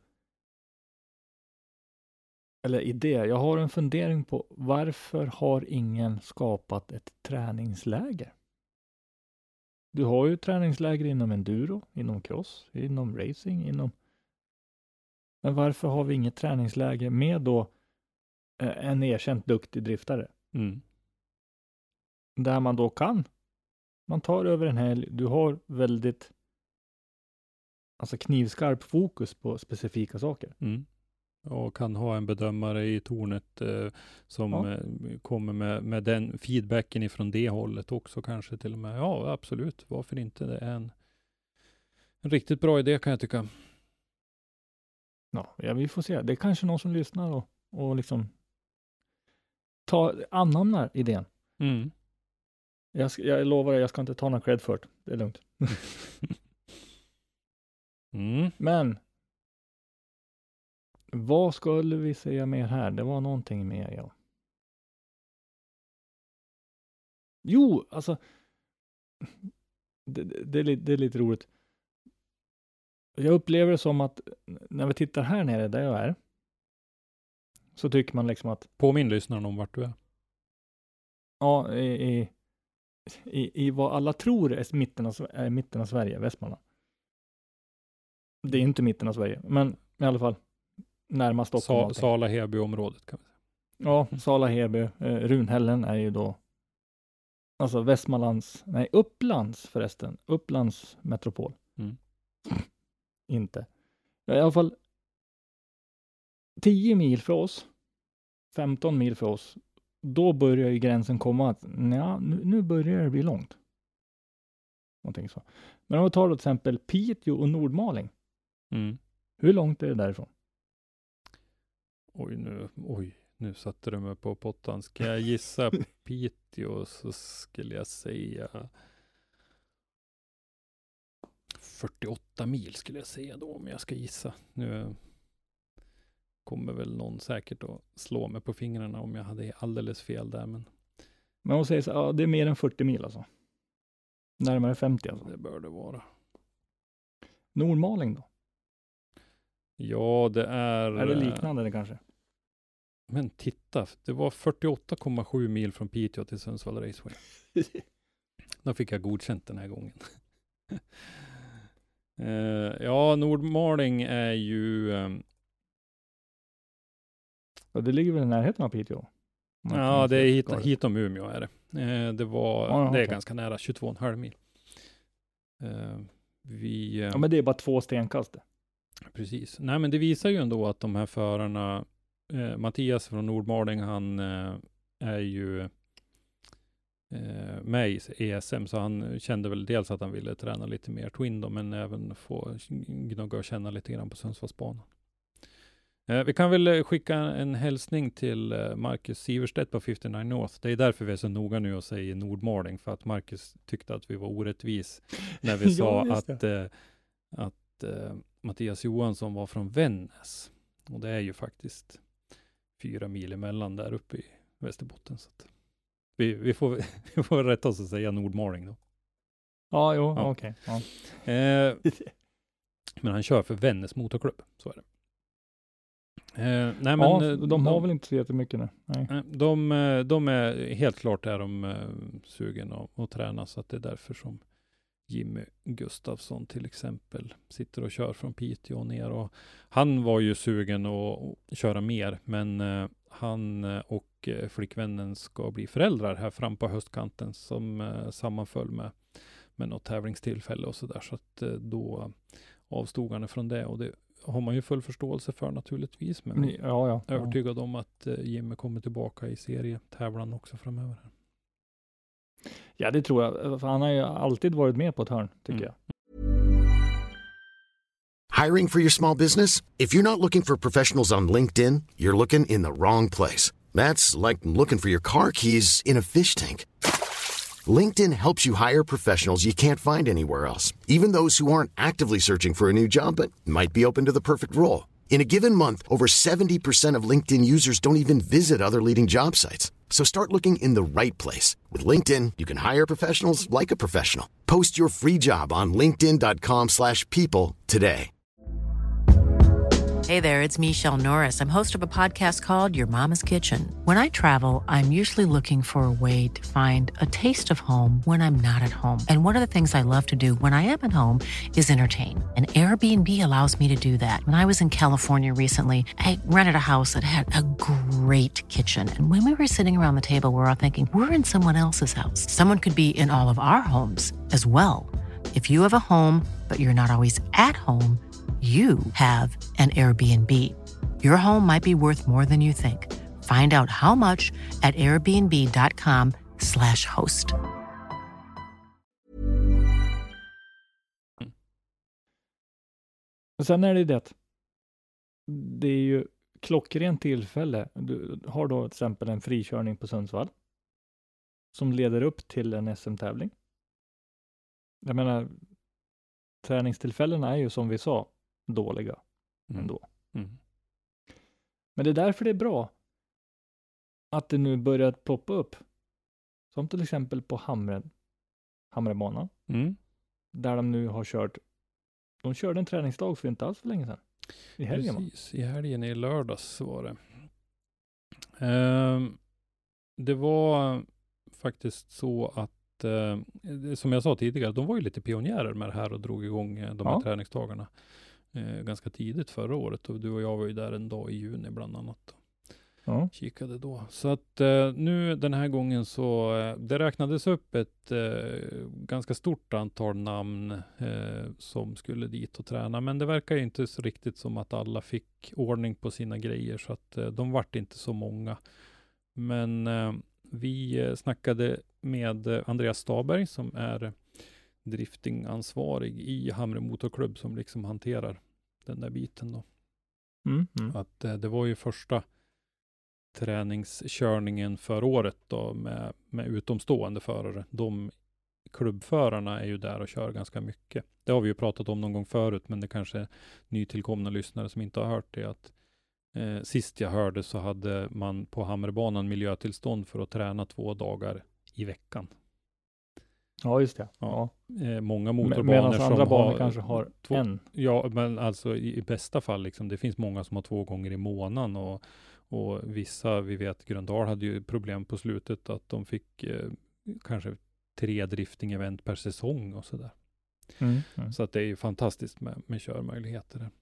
Eller idé. Jag har en fundering på varför har ingen skapat ett träningsläger? Du har ju träningsläger inom enduro, inom cross, inom racing, inom... Men varför har vi inget träningsläger med då eh, en erkänt duktig driftare? Mm. Där man då kan. Man tar över en helg. Du har väldigt alltså knivskarp fokus på specifika saker. Mm. Och kan ha en bedömare i tornet eh, som Ja. eh, kommer med, med den feedbacken ifrån det hållet också kanske till och med. Ja, absolut. Varför inte? Det är en, en riktigt bra idé kan jag tycka. Ja, ja, vi får se. Det är kanske någon som lyssnar och, och liksom tar, anamnar idén. Mm. Jag, ska, jag lovar dig, jag ska inte ta någon cred för det. Det är lugnt. mm. Men vad skulle vi säga mer här? Det var någonting mer, ja. Jo, alltså det, det, det, är, lite, det är lite roligt. Jag upplever det som att när vi tittar här nere där jag är så tycker man liksom att Påminn lyssnarna om vart du är. ja, i, i, i, i vad alla tror är mitten av, är mitten av Sverige, Västmanland. Det är inte mitten av Sverige, men i alla fall närmast Stockholm. Sa, Sala Heby-området kan vi säga. Ja, Sala Heby. Eh, Runhällen är ju då alltså Västmanlands, nej Upplands förresten. Upplands metropol. Mm. Inte. I alla fall tio mil för oss, femton mil för oss, då börjar ju gränsen komma att nja, nu, nu börjar det bli långt. Någonting så. Men om vi tar då till exempel Piteå och Nordmaling. Mm. Hur långt är det därifrån? Oj, nu, oj, nu satte du mig på pottan. Ska jag gissa Piteå så skulle jag säga fyrtioåtta mil skulle jag säga då om jag ska gissa. Nu kommer väl någon säkert att slå mig på fingrarna om jag hade alldeles fel där. Men, men hon säger så, ja, det är mer än fyrtio mil alltså. Närmare femtio alltså. Det bör det vara. Nordmaling då? Ja, det är... Är det liknande det kanske? Men titta, det var fyrtioåtta komma sju mil från Piteå till Sundsvall Raceway. Då fick jag godkänt den här gången. uh, ja, Nordmaling är ju... Um... Ja, det ligger väl i närheten av Piteå? Ja, det är hit, hit om Umeå är det. Uh, det var, ja, ja, det är okay. ganska nära, tjugotvå komma fem mil. Uh, vi... Uh... Ja, men det är bara två stenkast. Precis. Nej, men det visar ju ändå att de här förarna, eh, Mattias från Nordmaling, han eh, är ju eh, med i E S M, så han kände väl dels att han ville träna lite mer Twin då, men även få gnugga och känna lite grann på Sundsvallsbanan. Eh, vi kan väl skicka en hälsning till eh, Marcus Siverstedt på femtionio North. Det är därför vi är så noga nu och säger Nordmaling, för att Marcus tyckte att vi var orättvis när vi sa ja, att, eh, att eh, Mattias Johansson var från Vännäs. Och det är ju faktiskt fyra mil emellan där uppe i Västerbotten. Så att vi, vi, får, vi får rätta oss att säga Nordmaling då. Ja, jo, ja. okej. Okay. Ja. Eh, men han kör för Vännäs motorklubb, så är det. Eh, nej, men, ja, de, de har väl inte så jättemycket nu. Nej. De, de är helt klart är de uh, sugen att, att träna, så att det är därför som Jimmy Gustafsson till exempel sitter och kör från Piteå ner. Och han var ju sugen att, att köra mer, men uh, han och uh, flickvännen ska bli föräldrar här fram på höstkanten som uh, sammanföll med, med något tävlingstillfälle och sådär. Så att uh, då avstod han från det, och det har man ju full förståelse för naturligtvis. Men ja, ja, ja. övertygad om att uh, Jimmy kommer tillbaka i serietävlan också framöver. Ja, det tror jag. För han har ju alltid varit med på ett hörn, tycker mm. jag. Hiring for your small business? If you're not looking for professionals on LinkedIn, you're looking in the wrong place. That's like looking for your car keys in a fish tank. LinkedIn helps you hire professionals you can't find anywhere else, even those who aren't actively searching for a new job but might be open to the perfect role. In a given month, over seventy percent of LinkedIn users don't even visit other leading job sites. So start looking in the right place. With LinkedIn, you can hire professionals like a professional. Post your free job on linkedin dot com slash people today. Hey there, it's Michelle Norris. I'm host of a podcast called Your Mama's Kitchen. When I travel, I'm usually looking for a way to find a taste of home when I'm not at home. And one of the things I love to do when I am at home is entertain. And Airbnb allows me to do that. When I was in California recently, I rented a house that had a great kitchen. And when we were sitting around the table, we were all thinking, we're in someone else's house. Someone could be in all of our homes as well. If you have a home, but you're not always at home, you have an Airbnb. Your home might be worth more than you think. Find out how much at airbnb dot com slash host. Och sen är det det. Det är ju klockrent tillfälle. Du har då till exempel en frikörning på Sundsvall som leder upp till en S M-tävling. Jag menar, träningstillfällena är ju som vi sa dåliga mm. ändå. Mm. Men det är därför det är bra att det nu börjar ploppa upp. Som till exempel på Hamre, Hamrebanan. Mm. Där de nu har kört. De körde en träningsdag för inte alls för länge sedan. I helgen. Precis, i helgen i lördags var det. Um, det var faktiskt så att Uh, som jag sa tidigare, de var ju lite pionjärer med det här och drog igång uh, de här ja. träningsdagarna uh, ganska tidigt förra året, och du och jag var ju där en dag i juni bland annat. Ja. kikade då. Så att eh, nu den här gången så eh, det räknades upp ett eh, ganska stort antal namn eh, som skulle dit och träna. Men det verkar ju inte så riktigt som att alla fick ordning på sina grejer, så att eh, de vart inte så många. Men eh, vi eh, snackade med eh, Andreas Staberg som är driftingansvarig i Hamre Motorklubb som liksom hanterar den där biten då. Mm, mm. Att eh, det var ju första träningskörningen för året då med, med utomstående förare. De klubbförarna är ju där och kör ganska mycket. Det har vi ju pratat om någon gång förut, men det kanske är nytillkomna lyssnare som inte har hört det. Att, eh, sist jag hörde så hade man på Hamrebanan miljötillstånd för att träna två dagar i veckan. Ja, just det. Ja. Ja. Eh, många Med, motorbanor medan som andra banor har kanske har två, en. Ja, men alltså i, i bästa fall liksom, det finns många som har två gånger i månaden och, och vissa, vi vet, Gröndal hade ju problem på slutet att de fick eh, kanske tre drifting-event per säsong och sådär. Mm, mm. Så att det är ju fantastiskt med, med körmöjligheter där.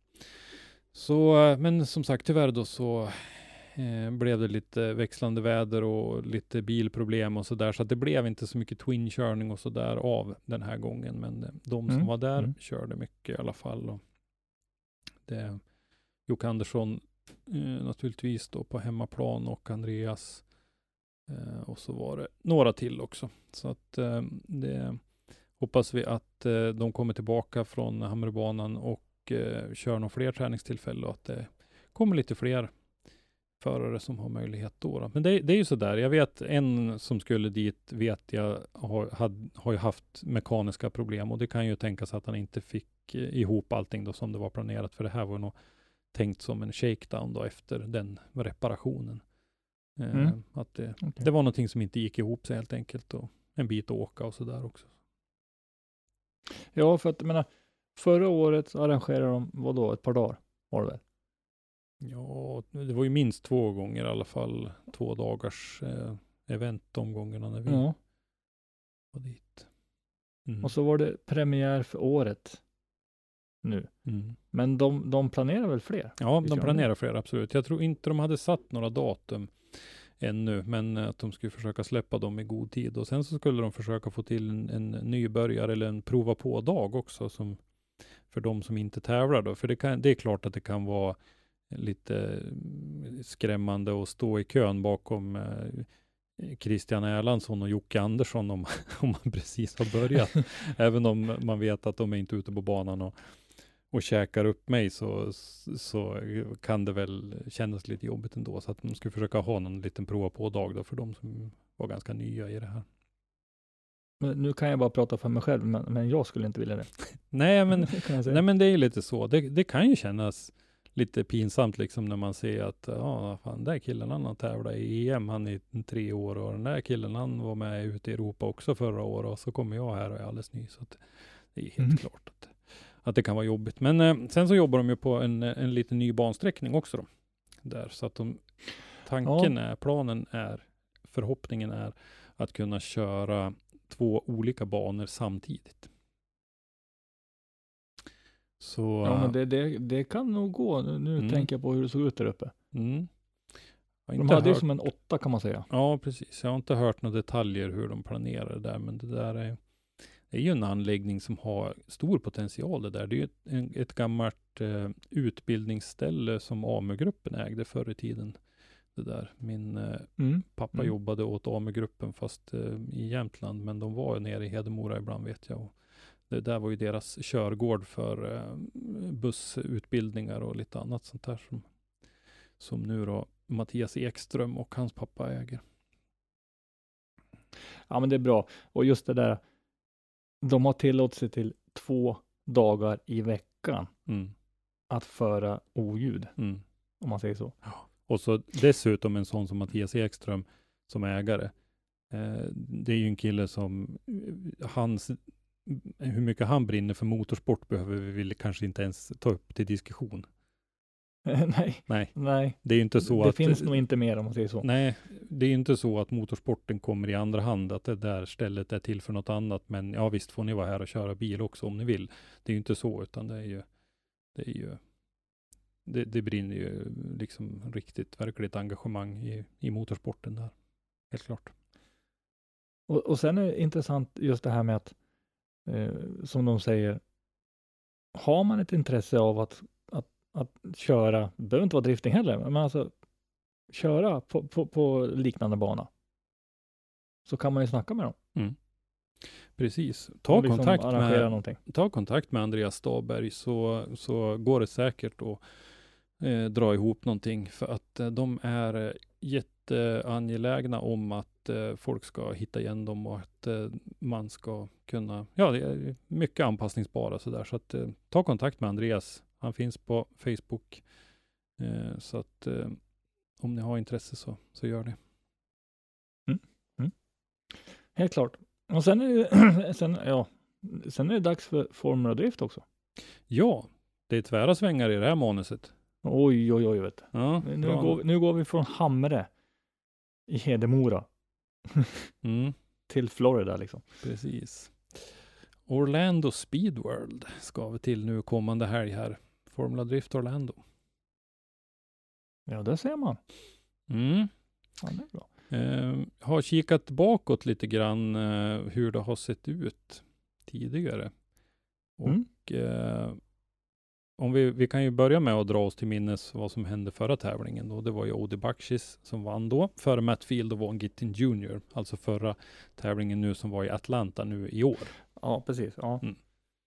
Så, men som sagt, tyvärr då så eh, blev det lite växlande väder och lite bilproblem och sådär. Så att det blev inte så mycket twin-körning och sådär av den här gången. Men eh, de som Mm, var där mm. körde mycket i alla fall. Och det, Jocke Andersson eh, naturligtvis då på hemmaplan och Andreas. Eh, och så var det några till också. Så att eh, det hoppas vi att eh, de kommer tillbaka från Hamrebanan och eh, kör några fler träningstillfällen och att det kommer lite fler förare som har möjlighet då. då. Men det, det är ju sådär. Jag vet en som skulle dit, vet jag, har, had, har ju haft mekaniska problem och det kan ju tänkas att han inte fick eh, ihop allting då som det var planerat, för det här var nog tänkt som en shakedown då efter den reparationen. Eh, Mm. Att det, Okay. det var någonting som inte gick ihop sig helt enkelt och en bit att åka och sådär också. Ja, för att jag menar, förra året så arrangerade de, vadå, ett par dagar var det väl? Ja, det var ju minst två gånger i alla fall. Två dagars eh, event de gångerna när vi Ja. var dit. Mm. Och så var det premiär för året nu. Mm. Men de, de planerar väl fler? Ja, Visst de gör de planerar fler, absolut. Jag tror inte de hade satt några datum ännu, men att de skulle försöka släppa dem i god tid. Och sen så skulle de försöka få till en, en nybörjare eller en prova på-dag också som för de som inte tävlar då. För det, kan, det är klart att det kan vara lite skrämmande att stå i kön bakom eh, Christian Erlandsson och Jocke Andersson om, om man precis har börjat. Även om man vet att de är inte ute på banan och, och käkar upp mig så, så kan det väl kännas lite jobbigt ändå. Så att man skulle försöka ha någon liten prova på dag då för de som var ganska nya i det här. Men nu kan jag bara prata för mig själv, men, men jag skulle inte vilja det. Nej, men, kan jag säga. nej, men det är lite så. Det, det kan ju kännas lite pinsamt liksom när man ser att ja, fan, den där killen han har tävlat i E M, han är tre år och den där killen han var med ute i Europa också förra året och så kommer jag här och är alldeles ny. Så att det är helt Mm. klart att, att det kan vara jobbigt. Men eh, sen så jobbar de ju på en, en liten ny bansträckning också då. Där, så att de, tanken Ja. är, planen är, förhoppningen är att kunna köra två olika banor samtidigt. Så, Ja, men det, det, det kan nog gå. Nu, nu Mm. tänker jag på hur det såg ut där uppe. mm. Jag har De inte hade ju hört- som en åtta kan man säga. Ja, precis. Jag har inte hört några detaljer hur de planerar det där, men det där är, det är ju en anläggning som har stor potential det där. Det är ju ett, en, ett gammalt eh, utbildningsställe som A M U-gruppen ägde förr i tiden. Det där. Min eh, Mm. pappa Mm. jobbade åt A M U-gruppen fast eh, i Jämtland, men de var nere i Hedemora ibland vet jag. Och det där var ju deras körgård för eh, bussutbildningar och lite annat sånt där som, som nu då Mattias Ekström och hans pappa äger. Ja, men det är bra. Och just det där, de har tillåtit sig till två dagar i veckan Mm, att föra oljud, mm. om man säger så. Och så dessutom en sån som Mattias Ekström som ägare. Eh, det är ju en kille som eh, hans, hur mycket han brinner för motorsport behöver vi väl kanske inte ens ta upp till diskussion. nej, Nej, nej. det är ju inte så det att finns nog inte mer om man säger så. nej, det är ju inte så att motorsporten kommer i andra hand, att det där stället är till för något annat, men ja visst får ni vara här och köra bil också om ni vill. Det är ju inte så, utan det är ju det är ju det, det brinner ju liksom riktigt, verkligt engagemang i, i motorsporten där. Helt klart. Och, och sen är det intressant just det här med att, eh, som de säger, har man ett intresse av att, att, att köra, det behöver inte vara drifting heller, men alltså köra på, på, på liknande bana, så kan man ju snacka med dem. Mm. Precis. Ta, liksom kontakt med, någonting. ta kontakt med Andreas Staberg, så, så går det säkert att eh, dra ihop någonting, för att eh, de är jätteangelägna om att eh, folk ska hitta igen dem och att eh, man ska kunna, ja, det är mycket anpassningsbara sådär, så att eh, ta kontakt med Andreas. Han finns på Facebook, eh, så att eh, om ni har intresse så, så gör det. Mm. Mm. Helt klart. Och sen är det, sen, ja, sen är det dags för Formula Drift också. Ja, det är tvära svängar i det här manuset. Oj, oj, oj, vet du. Ja, nu, går, nu går vi från Hamre i Hedemora mm. till Florida liksom. Precis. Orlando Speedworld ska vi till nu kommande helg här. Formula Drift Orlando. Ja, det ser man. Mm. Ja, det är bra. Eh, har kikat bakåt lite grann eh, hur det har sett ut tidigare. Mm. Och eh, om vi, vi kan ju börja med att dra oss till minnes vad som hände förra tävlingen då. Det var ju Odi Bakshis som vann då, före Matt Field och Vaughn Gittin junior Alltså förra tävlingen nu som var i Atlanta nu i år. Ja, precis. Ja. Mm.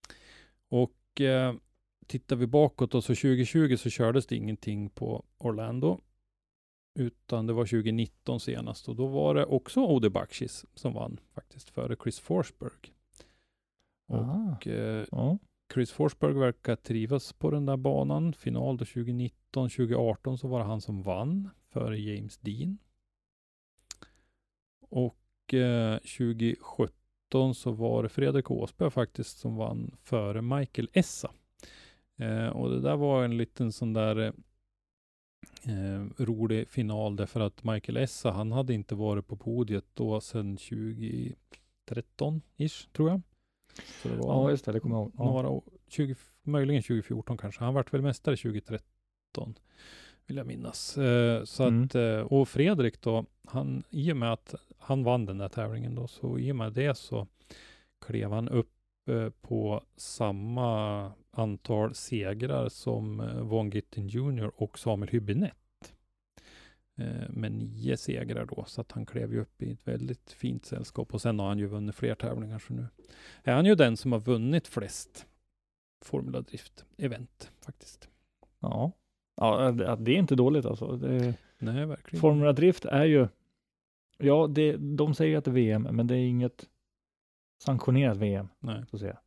Och eh, tittar vi bakåt då, så tjugo tjugo så kördes det ingenting på Orlando. Utan det var tjugo nitton senast, och då var det också Odi Bakshis som vann faktiskt före Chris Forsberg. Och eh, ja. Chris Forsberg verkar trivas på den där banan. Final då tjugo nitton, tjugo arton så var det han som vann före James Dean. Och eh, tjugo sjutton så var det Fredrik Åsberg faktiskt som vann före Michael Essa. Eh, och det där var en liten sån där eh, rolig final, därför att Michael Essa, han hade inte varit på podiet då sedan tjugo tretton-ish tror jag. Så det var ja, just det, det kommer jag ihåg. Ja. Några, tjugo, möjligen tjugo fjorton kanske. Han vart väl mästare tjugo tretton, vill jag minnas. Eh, så Mm. att, eh, och Fredrik då, han, i och med att han vann den där tävlingen då, så i och med det så klev han upp eh, på samma antal segrar som eh, Vaughn Gittin junior och Samuel Hübinette. Eh, med nio segrar då, så att han klev ju upp i ett väldigt fint sällskap, och sen har han ju vunnit fler tävlingar, så nu är han ju den som har vunnit flest Formula Drift-event faktiskt. Ja. Ja, det, det är inte dåligt alltså. Det, Nej, verkligen. Formula Drift är ju, ja, det, de säger att det är V M, men det är inget sanktionerat V M. Nej. Så att säga.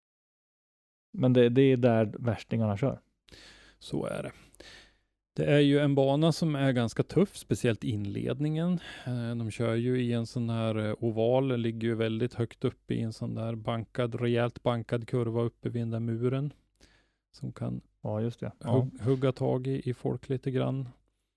Men det, det är där värstingarna kör. Så är det. Det är ju en bana som är ganska tuff, speciellt inledningen. De kör ju i en sån här oval, ligger ju väldigt högt upp i en sån där bankad, rejält bankad kurva uppe vid den där muren. Som kan Ja, just det. Ja. hugg, hugga tag i, i folk lite grann.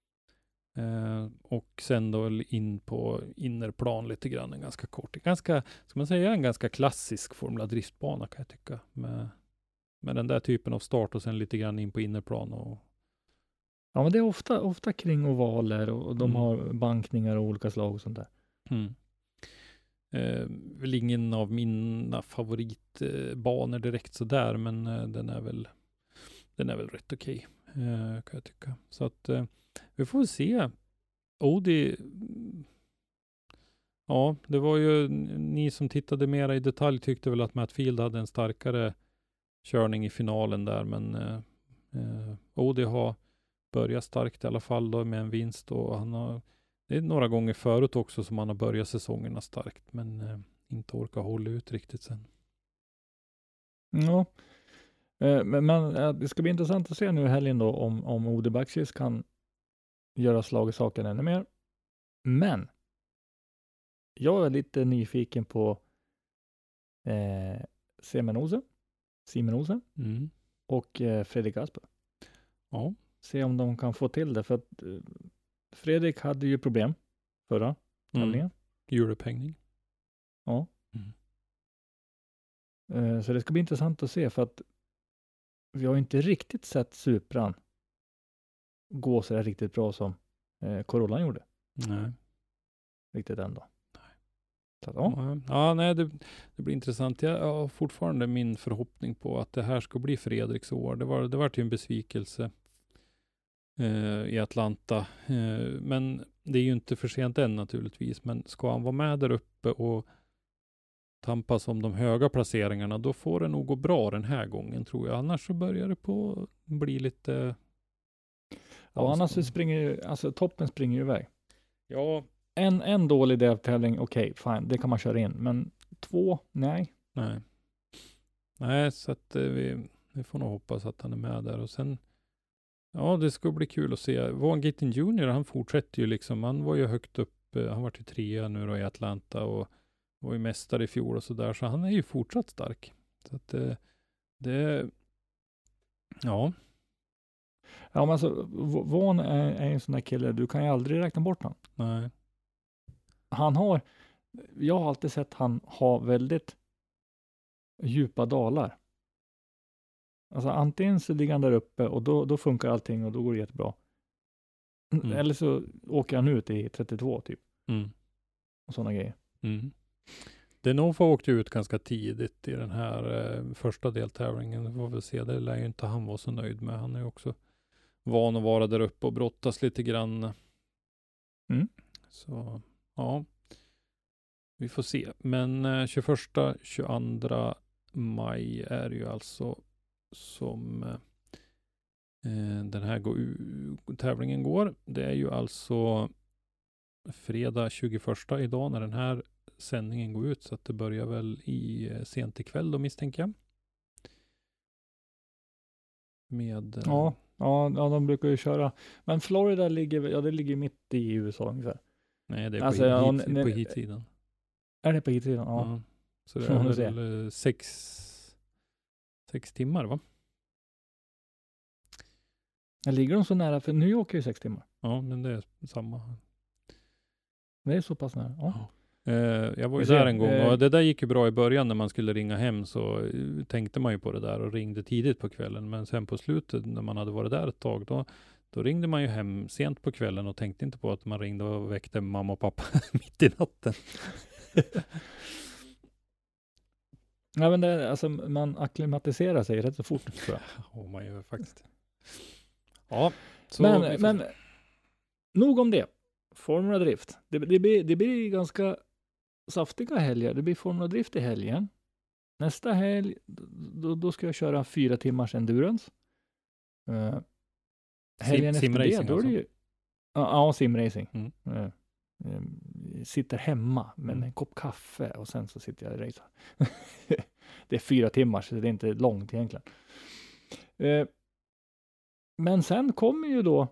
Eh, och sen då in på innerplan lite grann, en ganska kort. Ganska, ska man säga, en ganska klassisk Formula Driftbana kan jag tycka. Med, med den där typen av start och sen lite grann in på innerplan och Ja, men det är ofta, ofta kring ovaler och, och de Mm. har bankningar och olika slag och sånt där. Mm. Eh, väl ingen av mina favoritbanor eh, direkt sådär, men eh, den är väl den är väl rätt okej, eh, kan jag tycka. Så att eh, vi får se. Odi, ja, det var ju ni som tittade mera i detalj tyckte väl att Matt Field hade en starkare körning i finalen där, men eh, eh, Odi har börjat starkt i alla fall då med en vinst, och han har, det är några gånger förut också som han har börjat säsongerna starkt, men eh, inte orkar hålla ut riktigt sen. Ja, eh, men, men eh, det ska bli intressant att se nu i helgen då om, om Odi Bakshis kan göra slag i saken ännu mer. Men jag är lite nyfiken på eh, Semenose, Simenose Mm. och eh, Fredrik Asper. Ja. Se om de kan få till det, för att eh, Fredrik hade ju problem förra tävlingen. Mm. Europehängning. Ja. Mm. Eh, så det ska bli intressant att se, för att vi har inte riktigt sett Supran gå så där riktigt bra som eh, Corollan gjorde. Nej. Riktigt ändå. Så att, Ja, ja. ja nej, det, det blir intressant. Jag har fortfarande min förhoppning på att det här ska bli Fredriks år. Det var, det var ju en besvikelse eh, i Atlanta. Eh, men det är ju inte för sent än naturligtvis. Men ska han vara med där uppe och tampas om de höga placeringarna, då får det nog gå bra den här gången, tror jag. Annars så börjar det på bli lite... Ja, annars så springer ju, alltså toppen springer ju iväg. Ja. En, en dålig deltävling, okej, okay, fine, det kan man köra in. Men två, nej. Nej. Nej, så att eh, vi, vi får nog hoppas att han är med där. Och sen, ja, det ska bli kul att se. Vaughn Gittin junior, han fortsätter ju liksom. Han var ju högt upp, eh, han var ju trea nu då i Atlanta och var ju mästare i fjol och sådär. Så han är ju fortsatt stark. Så att eh, det, ja. Ja, men alltså, Vaughn är, är en sån där kille, du kan ju aldrig räkna bort honom. Nej. Han har, jag har alltid sett han ha väldigt djupa dalar. Alltså antingen så ligger han där uppe och då, då funkar allting och då går det jättebra. Mm. Eller så åker han ut i trettiotvå typ. Mm. Och sådana grejer. Mm. Denova åkte ut ganska tidigt i den här eh, första deltävlingen. Vi får väl se, det lär ju inte han vara så nöjd med. Han är ju också van att vara där uppe och brottas lite grann. Mm. Så, ja. Vi får se. Men eh, tjugoförsta till tjugoandra maj är ju alltså som eh, den här gå, tävlingen går. Det är ju alltså fredag tjugoförsta idag när den här sändningen går ut, så att det börjar väl i eh, sent ikväll då, misstänker jag. Med... Eh, ja, ja, ja, de brukar ju köra. Men Florida ligger, ja, det ligger mitt i U S A ungefär. Nej, det är på, alltså, hit, ja, hit, ne, på hitsidan. Är det på hitsidan? Ja. Ja. Så det är väl eh, sex, sex timmar, va? Men ligger de så nära? För New York är ju sex timmar. Ja, men det är samma. Det är så pass nära. Ja. Ja. Uh, jag var ju ser, där en gång uh, och det där gick ju bra i början när man skulle ringa hem, så uh, tänkte man ju på det där och ringde tidigt på kvällen, men sen på slutet när man hade varit där ett tag, då, då ringde man ju hem sent på kvällen och tänkte inte på att man ringde och väckte mamma och pappa mitt i natten. Ja, men det, alltså, man akklimatiserar sig rätt så fort, tror jag. Ja, man gör faktiskt. Ja, så men, men nog om det. Formula Drift. Det, det, blir, det blir ganska saftiga helger. Det blir Formula Drift i helgen. Nästa helg, då, då ska jag köra fyra timmars endurance. Uh, helgen Sim, efter det, då är det ju... alltså. Ja, ja, simracing. Mm. Uh, uh, sitter hemma med mm. en kopp kaffe och sen så sitter jag och racear. Det är fyra timmar, så det är inte långt egentligen. Uh, men sen kommer ju då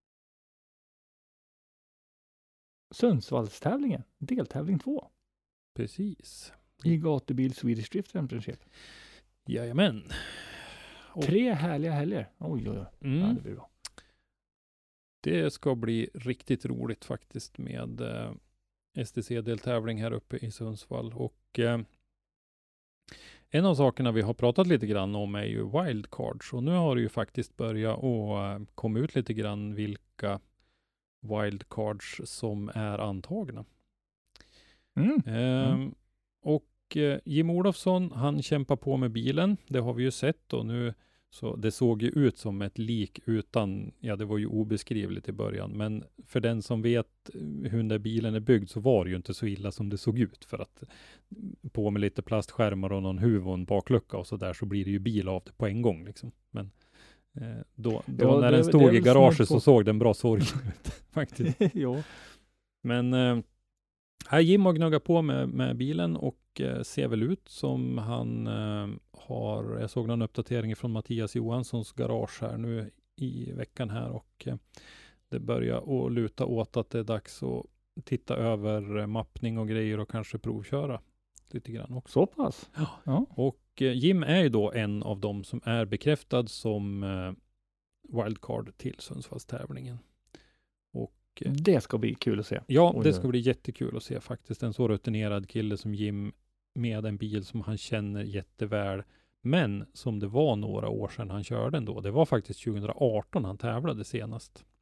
Sundsvallstävlingen, deltävling två. Precis. I gatubil Swedish Drift Championship. Jajamän. Och tre härliga helger. Oj, oj, oj. Mm. Ja, det blir bra. Det ska bli riktigt roligt faktiskt med eh, S T C-deltävling här uppe i Sundsvall. Och eh, en av sakerna vi har pratat lite grann om är ju wildcards. Och nu har det ju faktiskt börjat att eh, komma ut lite grann vilka wildcards som är antagna. Mm. Ehm, mm. Och eh, Jim Olofsson, han kämpar på med bilen. Det har vi ju sett och nu så det såg ju ut som ett lik utan, ja det var ju obeskrivligt i början, men för den som vet hur den där bilen är byggd så var det ju inte så illa som det såg ut, för att på med lite plastskärmar och någon huv och en baklucka och så där så blir det ju bil av det på en gång liksom. Men eh, då, då ja, när det, den stod i garaget så såg den bra sorg ut faktiskt. Jo. Men eh, här Jim har gnuggat på med, med bilen och eh, ser väl ut som han eh, har, jag såg någon uppdatering från Mattias Johanssons garage här nu i veckan här och eh, det börjar att luta åt att det är dags att titta över eh, mappning och grejer och kanske provköra lite grann också. Så pass? Ja. Ja. Och eh, Jim är ju då en av dem som är bekräftad som eh, wildcard till Sundsvallstävlingen. Det ska bli kul att se. Ja, Oj, det ska bli jättekul att se faktiskt. En så rutinerad kille som Jim med en bil som han känner jätteväl. Men som det var några år sedan han körde ändå. Det var faktiskt tjugohundraarton han tävlade senast.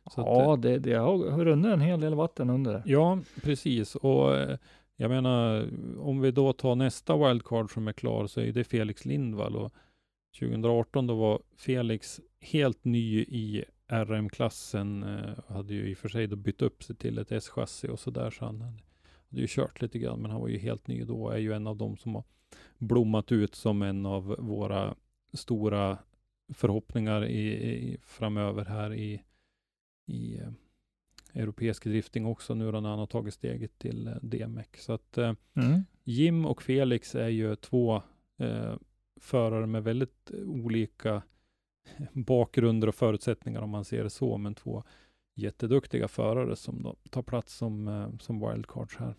Så Ja, att, det, det har runnit en hel del vatten under det. ja, precis. Och eh, jag menar, om vi då tar nästa wildcard som är klar, så är det Felix Lindvall. Och tjugo arton då var Felix helt ny i R M-klassen. Eh, hade ju i och för sig då bytt upp sig till ett S-chassi och sådär. Så han hade, hade ju kört lite grann, men han var ju helt ny då. Är ju en av dem som har blommat ut som en av våra stora förhoppningar i, i, framöver här i, i eh, europeisk drifting också nu när han har tagit steget till eh, D M X. Så att eh, Mm. Jim och Felix är ju två eh, förare med väldigt olika bakgrunder och förutsättningar om man ser det så, men två jätteduktiga förare som då tar plats som, eh, som wildcards här.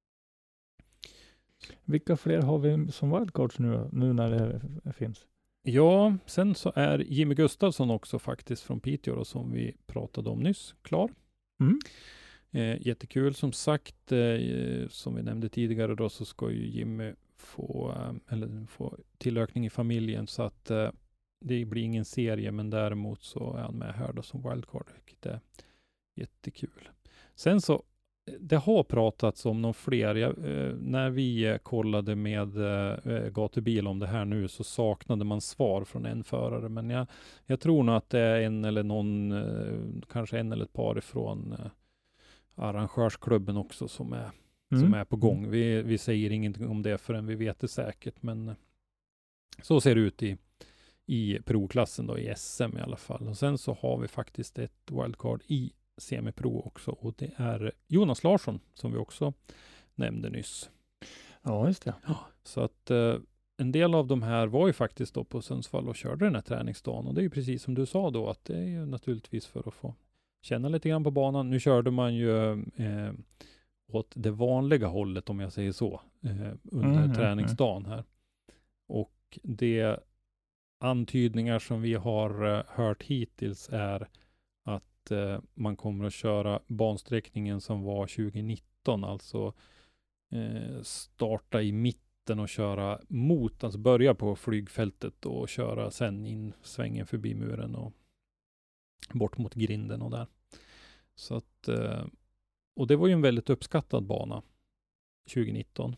Vilka fler har vi som wildcards nu, nu när det finns? Ja, sen så är Jimmy Gustafsson också faktiskt från Piteå då, som vi pratade om nyss, klar. Mm. Eh, jättekul som sagt, eh, som vi nämnde tidigare då, så ska ju Jimmy få, eh, eller få tillökning i familjen, så att eh, det blir ingen serie, men däremot så är han med här då som wildcard, vilket är jättekul. Sen så, det har pratats om någon fler. Jag, eh, när vi eh, kollade med eh, gatubil om det här nu, så saknade man svar från en förare, men jag, jag tror nog att det är en eller någon, eh, kanske en eller ett par ifrån eh, arrangörsklubben också som är, Mm. som är på gång. Vi, vi säger ingenting om det förrän vi vet det säkert, men eh, så ser det ut i, i provklassen då, i S M i alla fall. Och sen så har vi faktiskt ett wildcard i semipro också, och det är Jonas Larsson som vi också nämnde nyss. Ja, just det. Så att eh, en del av de här var ju faktiskt då på Sundsvall och körde den här träningsdagen, och det är ju precis som du sa då, att det är ju naturligtvis för att få känna lite grann på banan. Nu körde man ju eh, åt det vanliga hållet, om jag säger så, eh, under Mm, träningsdagen här. Och det antydningar som vi har eh, hört hittills är att eh, man kommer att köra bansträckningen som var tjugo nitton, alltså eh, starta i mitten och köra mot, alltså börja på flygfältet och köra sen in svängen förbi muren och bort mot grinden och där. Så att, eh, och det var ju en väldigt uppskattad bana tjugo nitton.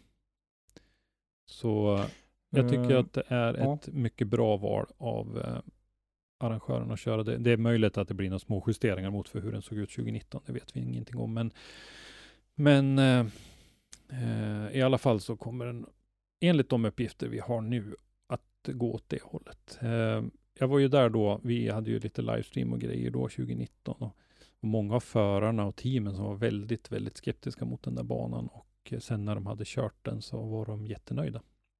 Så eh, jag tycker Mm, att det är ja. ett mycket bra val av eh, arrangören att köra det. Det är möjligt att det blir några små justeringar mot för hur den såg ut tjugo nitton. Det vet vi ingenting om. Men, men eh, eh, i alla fall så kommer den, enligt de uppgifter vi har nu, att gå åt det hållet. Eh, jag var ju där då. Vi hade ju lite livestream och grejer då tjugo nitton. Och, och många av förarna och teamen som var väldigt, väldigt skeptiska mot den där banan. Och eh, sen när de hade kört den så var de jättenöjda.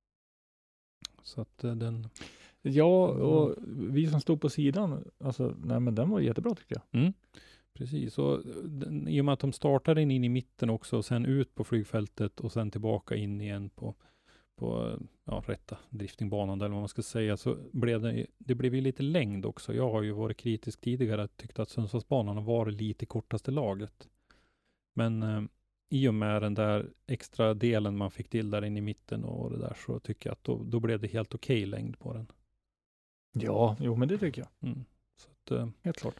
Så att eh, den... Ja, och vi som stod på sidan, alltså, nej men den var jättebra tycker jag. Mm, precis. Och den, i och med att de startade in, in i mitten också och sen ut på flygfältet och sen tillbaka in igen på, på ja, rätta driftingbanan eller vad man ska säga, så blev det, det blev ju lite längd också. Jag har ju varit kritisk tidigare och tyckt att Sundsvallsbanan har varit lite kortaste laget. Men eh, i och med den där extra delen man fick till där in i mitten och det där, så tycker jag att då, då blev det helt okej okay längd på den. Ja, jo men det tycker jag. Mm. Så att, eh, Helt klart.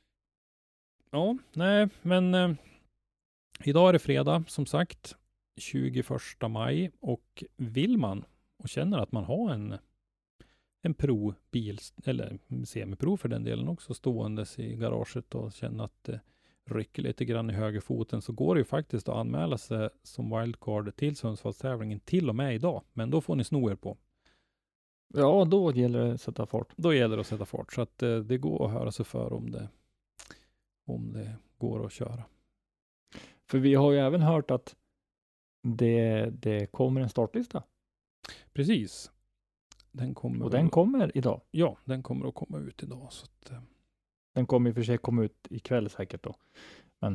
ja, nej, men eh, idag är det fredag som sagt, tjugoförsta maj, och vill man och känner att man har en en pro-bil, eller semipro för den delen också, ståendes i garaget och känner att det rycker lite grann i högerfoten, så går det ju faktiskt att anmäla sig som wildcard till Sundsvallstävlingen till och med idag, men då får ni sno er på. Ja, då gäller det att sätta fart. Då gäller det att sätta fart, så att eh, det går att höra sig för om det om det går att köra. För vi har ju även hört att det, det kommer en startlista. Precis. Den kommer Och den kommer idag. Ja, den kommer att komma ut idag. Så att, eh. Den kommer i och för sig komma ut ikväll säkert då. Men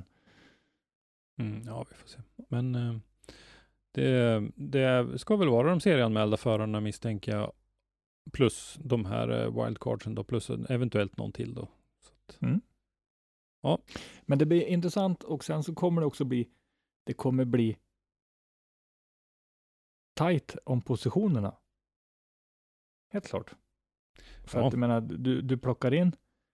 mm, ja, vi får se. Men eh, det, det ska väl vara de serieanmälda förarna, misstänker jag. Plus de här eh, wildcardsen då, plus eventuellt någon till då. Så att, mm. Ja. Men det blir intressant, och sen så kommer det också bli, det kommer bli tight om positionerna. Helt klart. För Ja. att jag menar, du, du plockar in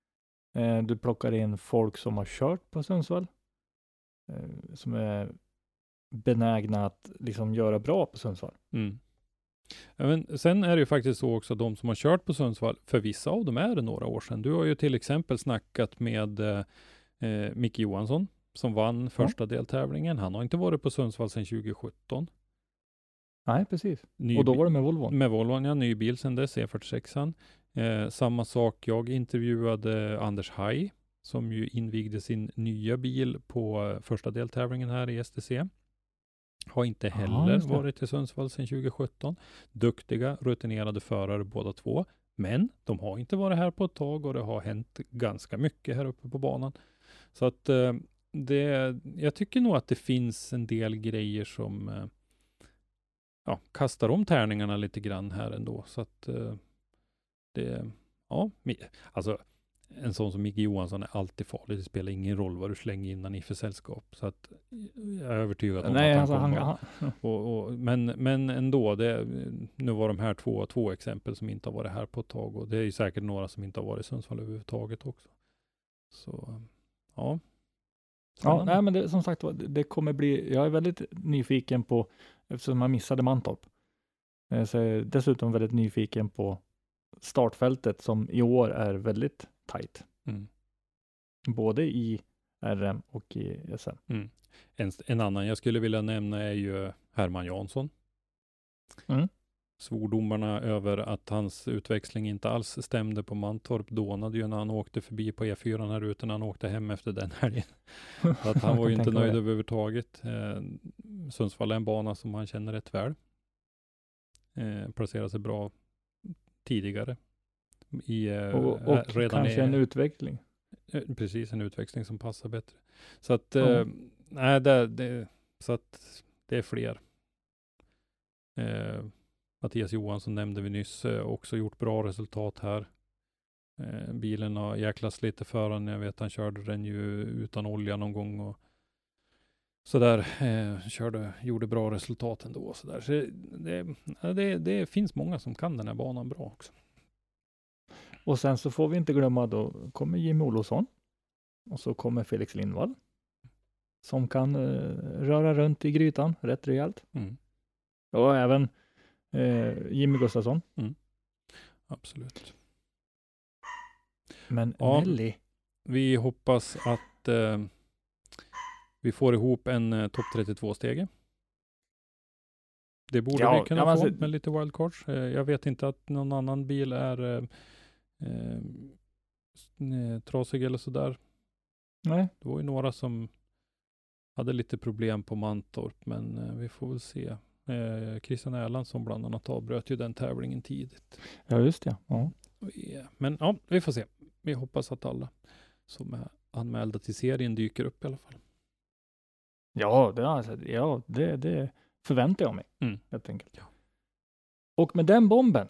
Eh, du plockar in folk som har kört på Sundsvall. Eh, som är benägna att liksom göra bra på Sundsvall. Mm. Ja, men sen är det ju faktiskt så också att de som har kört på Sundsvall, för vissa av dem är det några år sedan. Du har ju till exempel snackat med eh, Micke Johansson som vann första ja. deltävlingen. Han har inte varit på Sundsvall sedan tjugo sjutton. Nej, precis. Ny och då var det med Volvo. Med Volvo, ja. Ny bil sedan dess, E fyrtiosex. Eh, samma sak, jag intervjuade Anders Haj som ju invigde sin nya bil på första deltävlingen här i S T C. Har inte heller ah, varit i Sundsvall sedan tjugo sjutton. Duktiga, rutinerade förare båda två. Men de har inte varit här på ett tag och det har hänt ganska mycket här uppe på banan. Så att eh, det, jag tycker nog att det finns en del grejer som eh, ja, kastar om tärningarna lite grann här ändå. Så att eh, det, ja, alltså en sån som Micke Johansson är alltid farlig. Det spelar ingen roll vad du slänger innan i för sällskap. Så att jag är övertygad om Nej, att alltså, han kommer. Han, han. Och, och, men, men ändå, det, nu var de här två, två exempel som inte har varit här på ett tag. Och det är ju säkert några som inte har varit i Sundsvall överhuvudtaget också. Så, ja. Ja, nej, men det, som sagt, det kommer bli, jag är väldigt nyfiken på, eftersom man missade Mantorp. Så jag är dessutom väldigt nyfiken på startfältet som i år är väldigt tajt. Mm. Både i R M och i S M. Mm. En, en annan jag skulle vilja nämna är ju Herman Jansson. Mm. Svordomarna över att hans utväxling inte alls stämde på Mantorp dånade ju när han åkte förbi på E fyra här ute när han åkte hem efter den helgen. Så att han var ju inte nöjd överhuvudtaget. Eh, Sundsvall är en bana som han känner rätt väl. Eh, placerar sig bra tidigare. I, eh, och och redan kanske i, en utveckling. Eh, precis, en utväxling som passar bättre. Så att, eh, mm. nej, det, det, så att det är fler. Eh, Mattias Johansson nämnde vi nyss, eh, också gjort bra resultat här. Eh, bilen har jäklas lite för han. Jag vet han körde den ju utan olja någon gång och sådär. Eh, körde, gjorde bra resultat ändå. Så där. Så det, det, det finns många som kan den här banan bra också. Och sen så får vi inte glömma, då kommer Jimmy Olofsson. Och så kommer Felix Lindvall. Som kan eh, röra runt i grytan rätt rejält. Mm. Och även eh, Jimmy Gustafsson. Mm. Absolut. Men ja, Nelly. Vi hoppas att eh, vi får ihop en eh, topp trettiotvå-stege. Det borde ja, vi kunna ja, få alltså, med lite wildcards. Eh, jag vet inte att någon annan bil är eh, eh, trasig eller sådär. Nej. Det var ju några som hade lite problem på Mantorp, men eh, vi får väl se. Eh, Christian Erlandsson bland annat avbröt ju den tävlingen tidigt. Ja, just det. Ja. Vi, men ja, vi får se. Vi hoppas att alla som är anmälda till serien dyker upp i alla fall. Ja, det, alltså, ja, det, det förväntar jag mig. Mm. Helt enkelt. Ja. Och med den bomben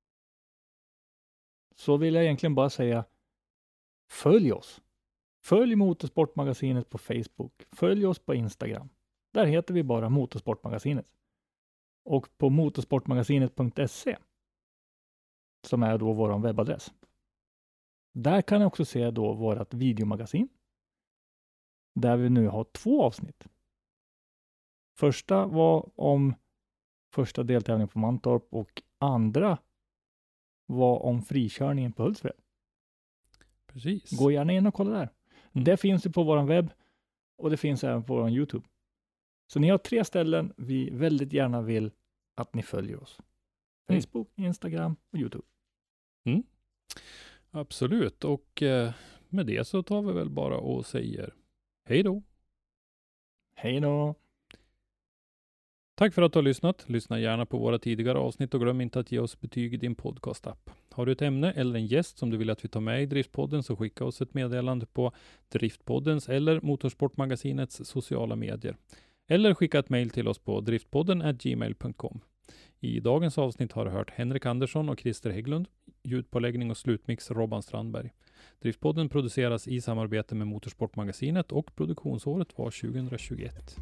så vill jag egentligen bara säga följ oss. Följ Motorsportmagasinet på Facebook. Följ oss på Instagram. Där heter vi bara Motorsportmagasinet. Och på motorsportmagasinet punkt se som är då vår webbadress. Där kan ni också se då vårt videomagasin. Där vi nu har två avsnitt. Första var om första deltävlingen på Mantorp och andra var om frikörningen på Hultsfred. Precis. Gå gärna in och kolla där. Mm. Det finns ju på vår webb och det finns även på vår YouTube. Så ni har tre ställen vi väldigt gärna vill att ni följer oss. Facebook, mm. Instagram och YouTube. Mm. Absolut. Och eh, med det så tar vi väl bara och säger hej då. Hej då. Tack för att du har lyssnat. Lyssna gärna på våra tidigare avsnitt och glöm inte att ge oss betyg i din podcast-app. Har du ett ämne eller en gäst som du vill att vi tar med i Driftpodden så skicka oss ett meddelande på Driftpoddens eller Motorsportmagasinets sociala medier. Eller skicka ett mejl till oss på driftpodden at gmail punkt com. I dagens avsnitt har du hört Henrik Andersson och Christer Hägglund, ljudpåläggning och slutmix Robban Strandberg. Driftpodden produceras i samarbete med Motorsportmagasinet och produktionsåret var tjugohundratjugoett.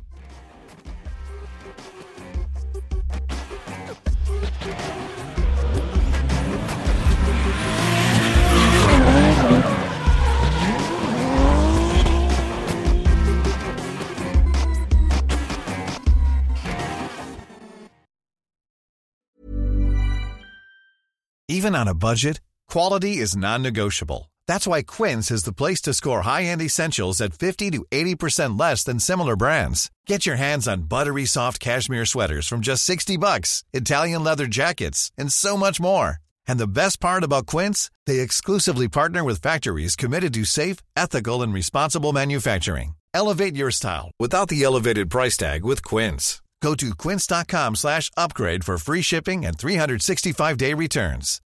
Even on a budget, quality is non-negotiable. That's why Quince is the place to score high-end essentials at fifty to eighty percent less than similar brands. Get your hands on buttery soft cashmere sweaters from just sixty bucks, Italian leather jackets, and so much more. And the best part about Quince, they exclusively partner with factories committed to safe, ethical, and responsible manufacturing. Elevate your style without the elevated price tag with Quince. Go to quince.com slash upgrade for free shipping and three sixty-five day returns.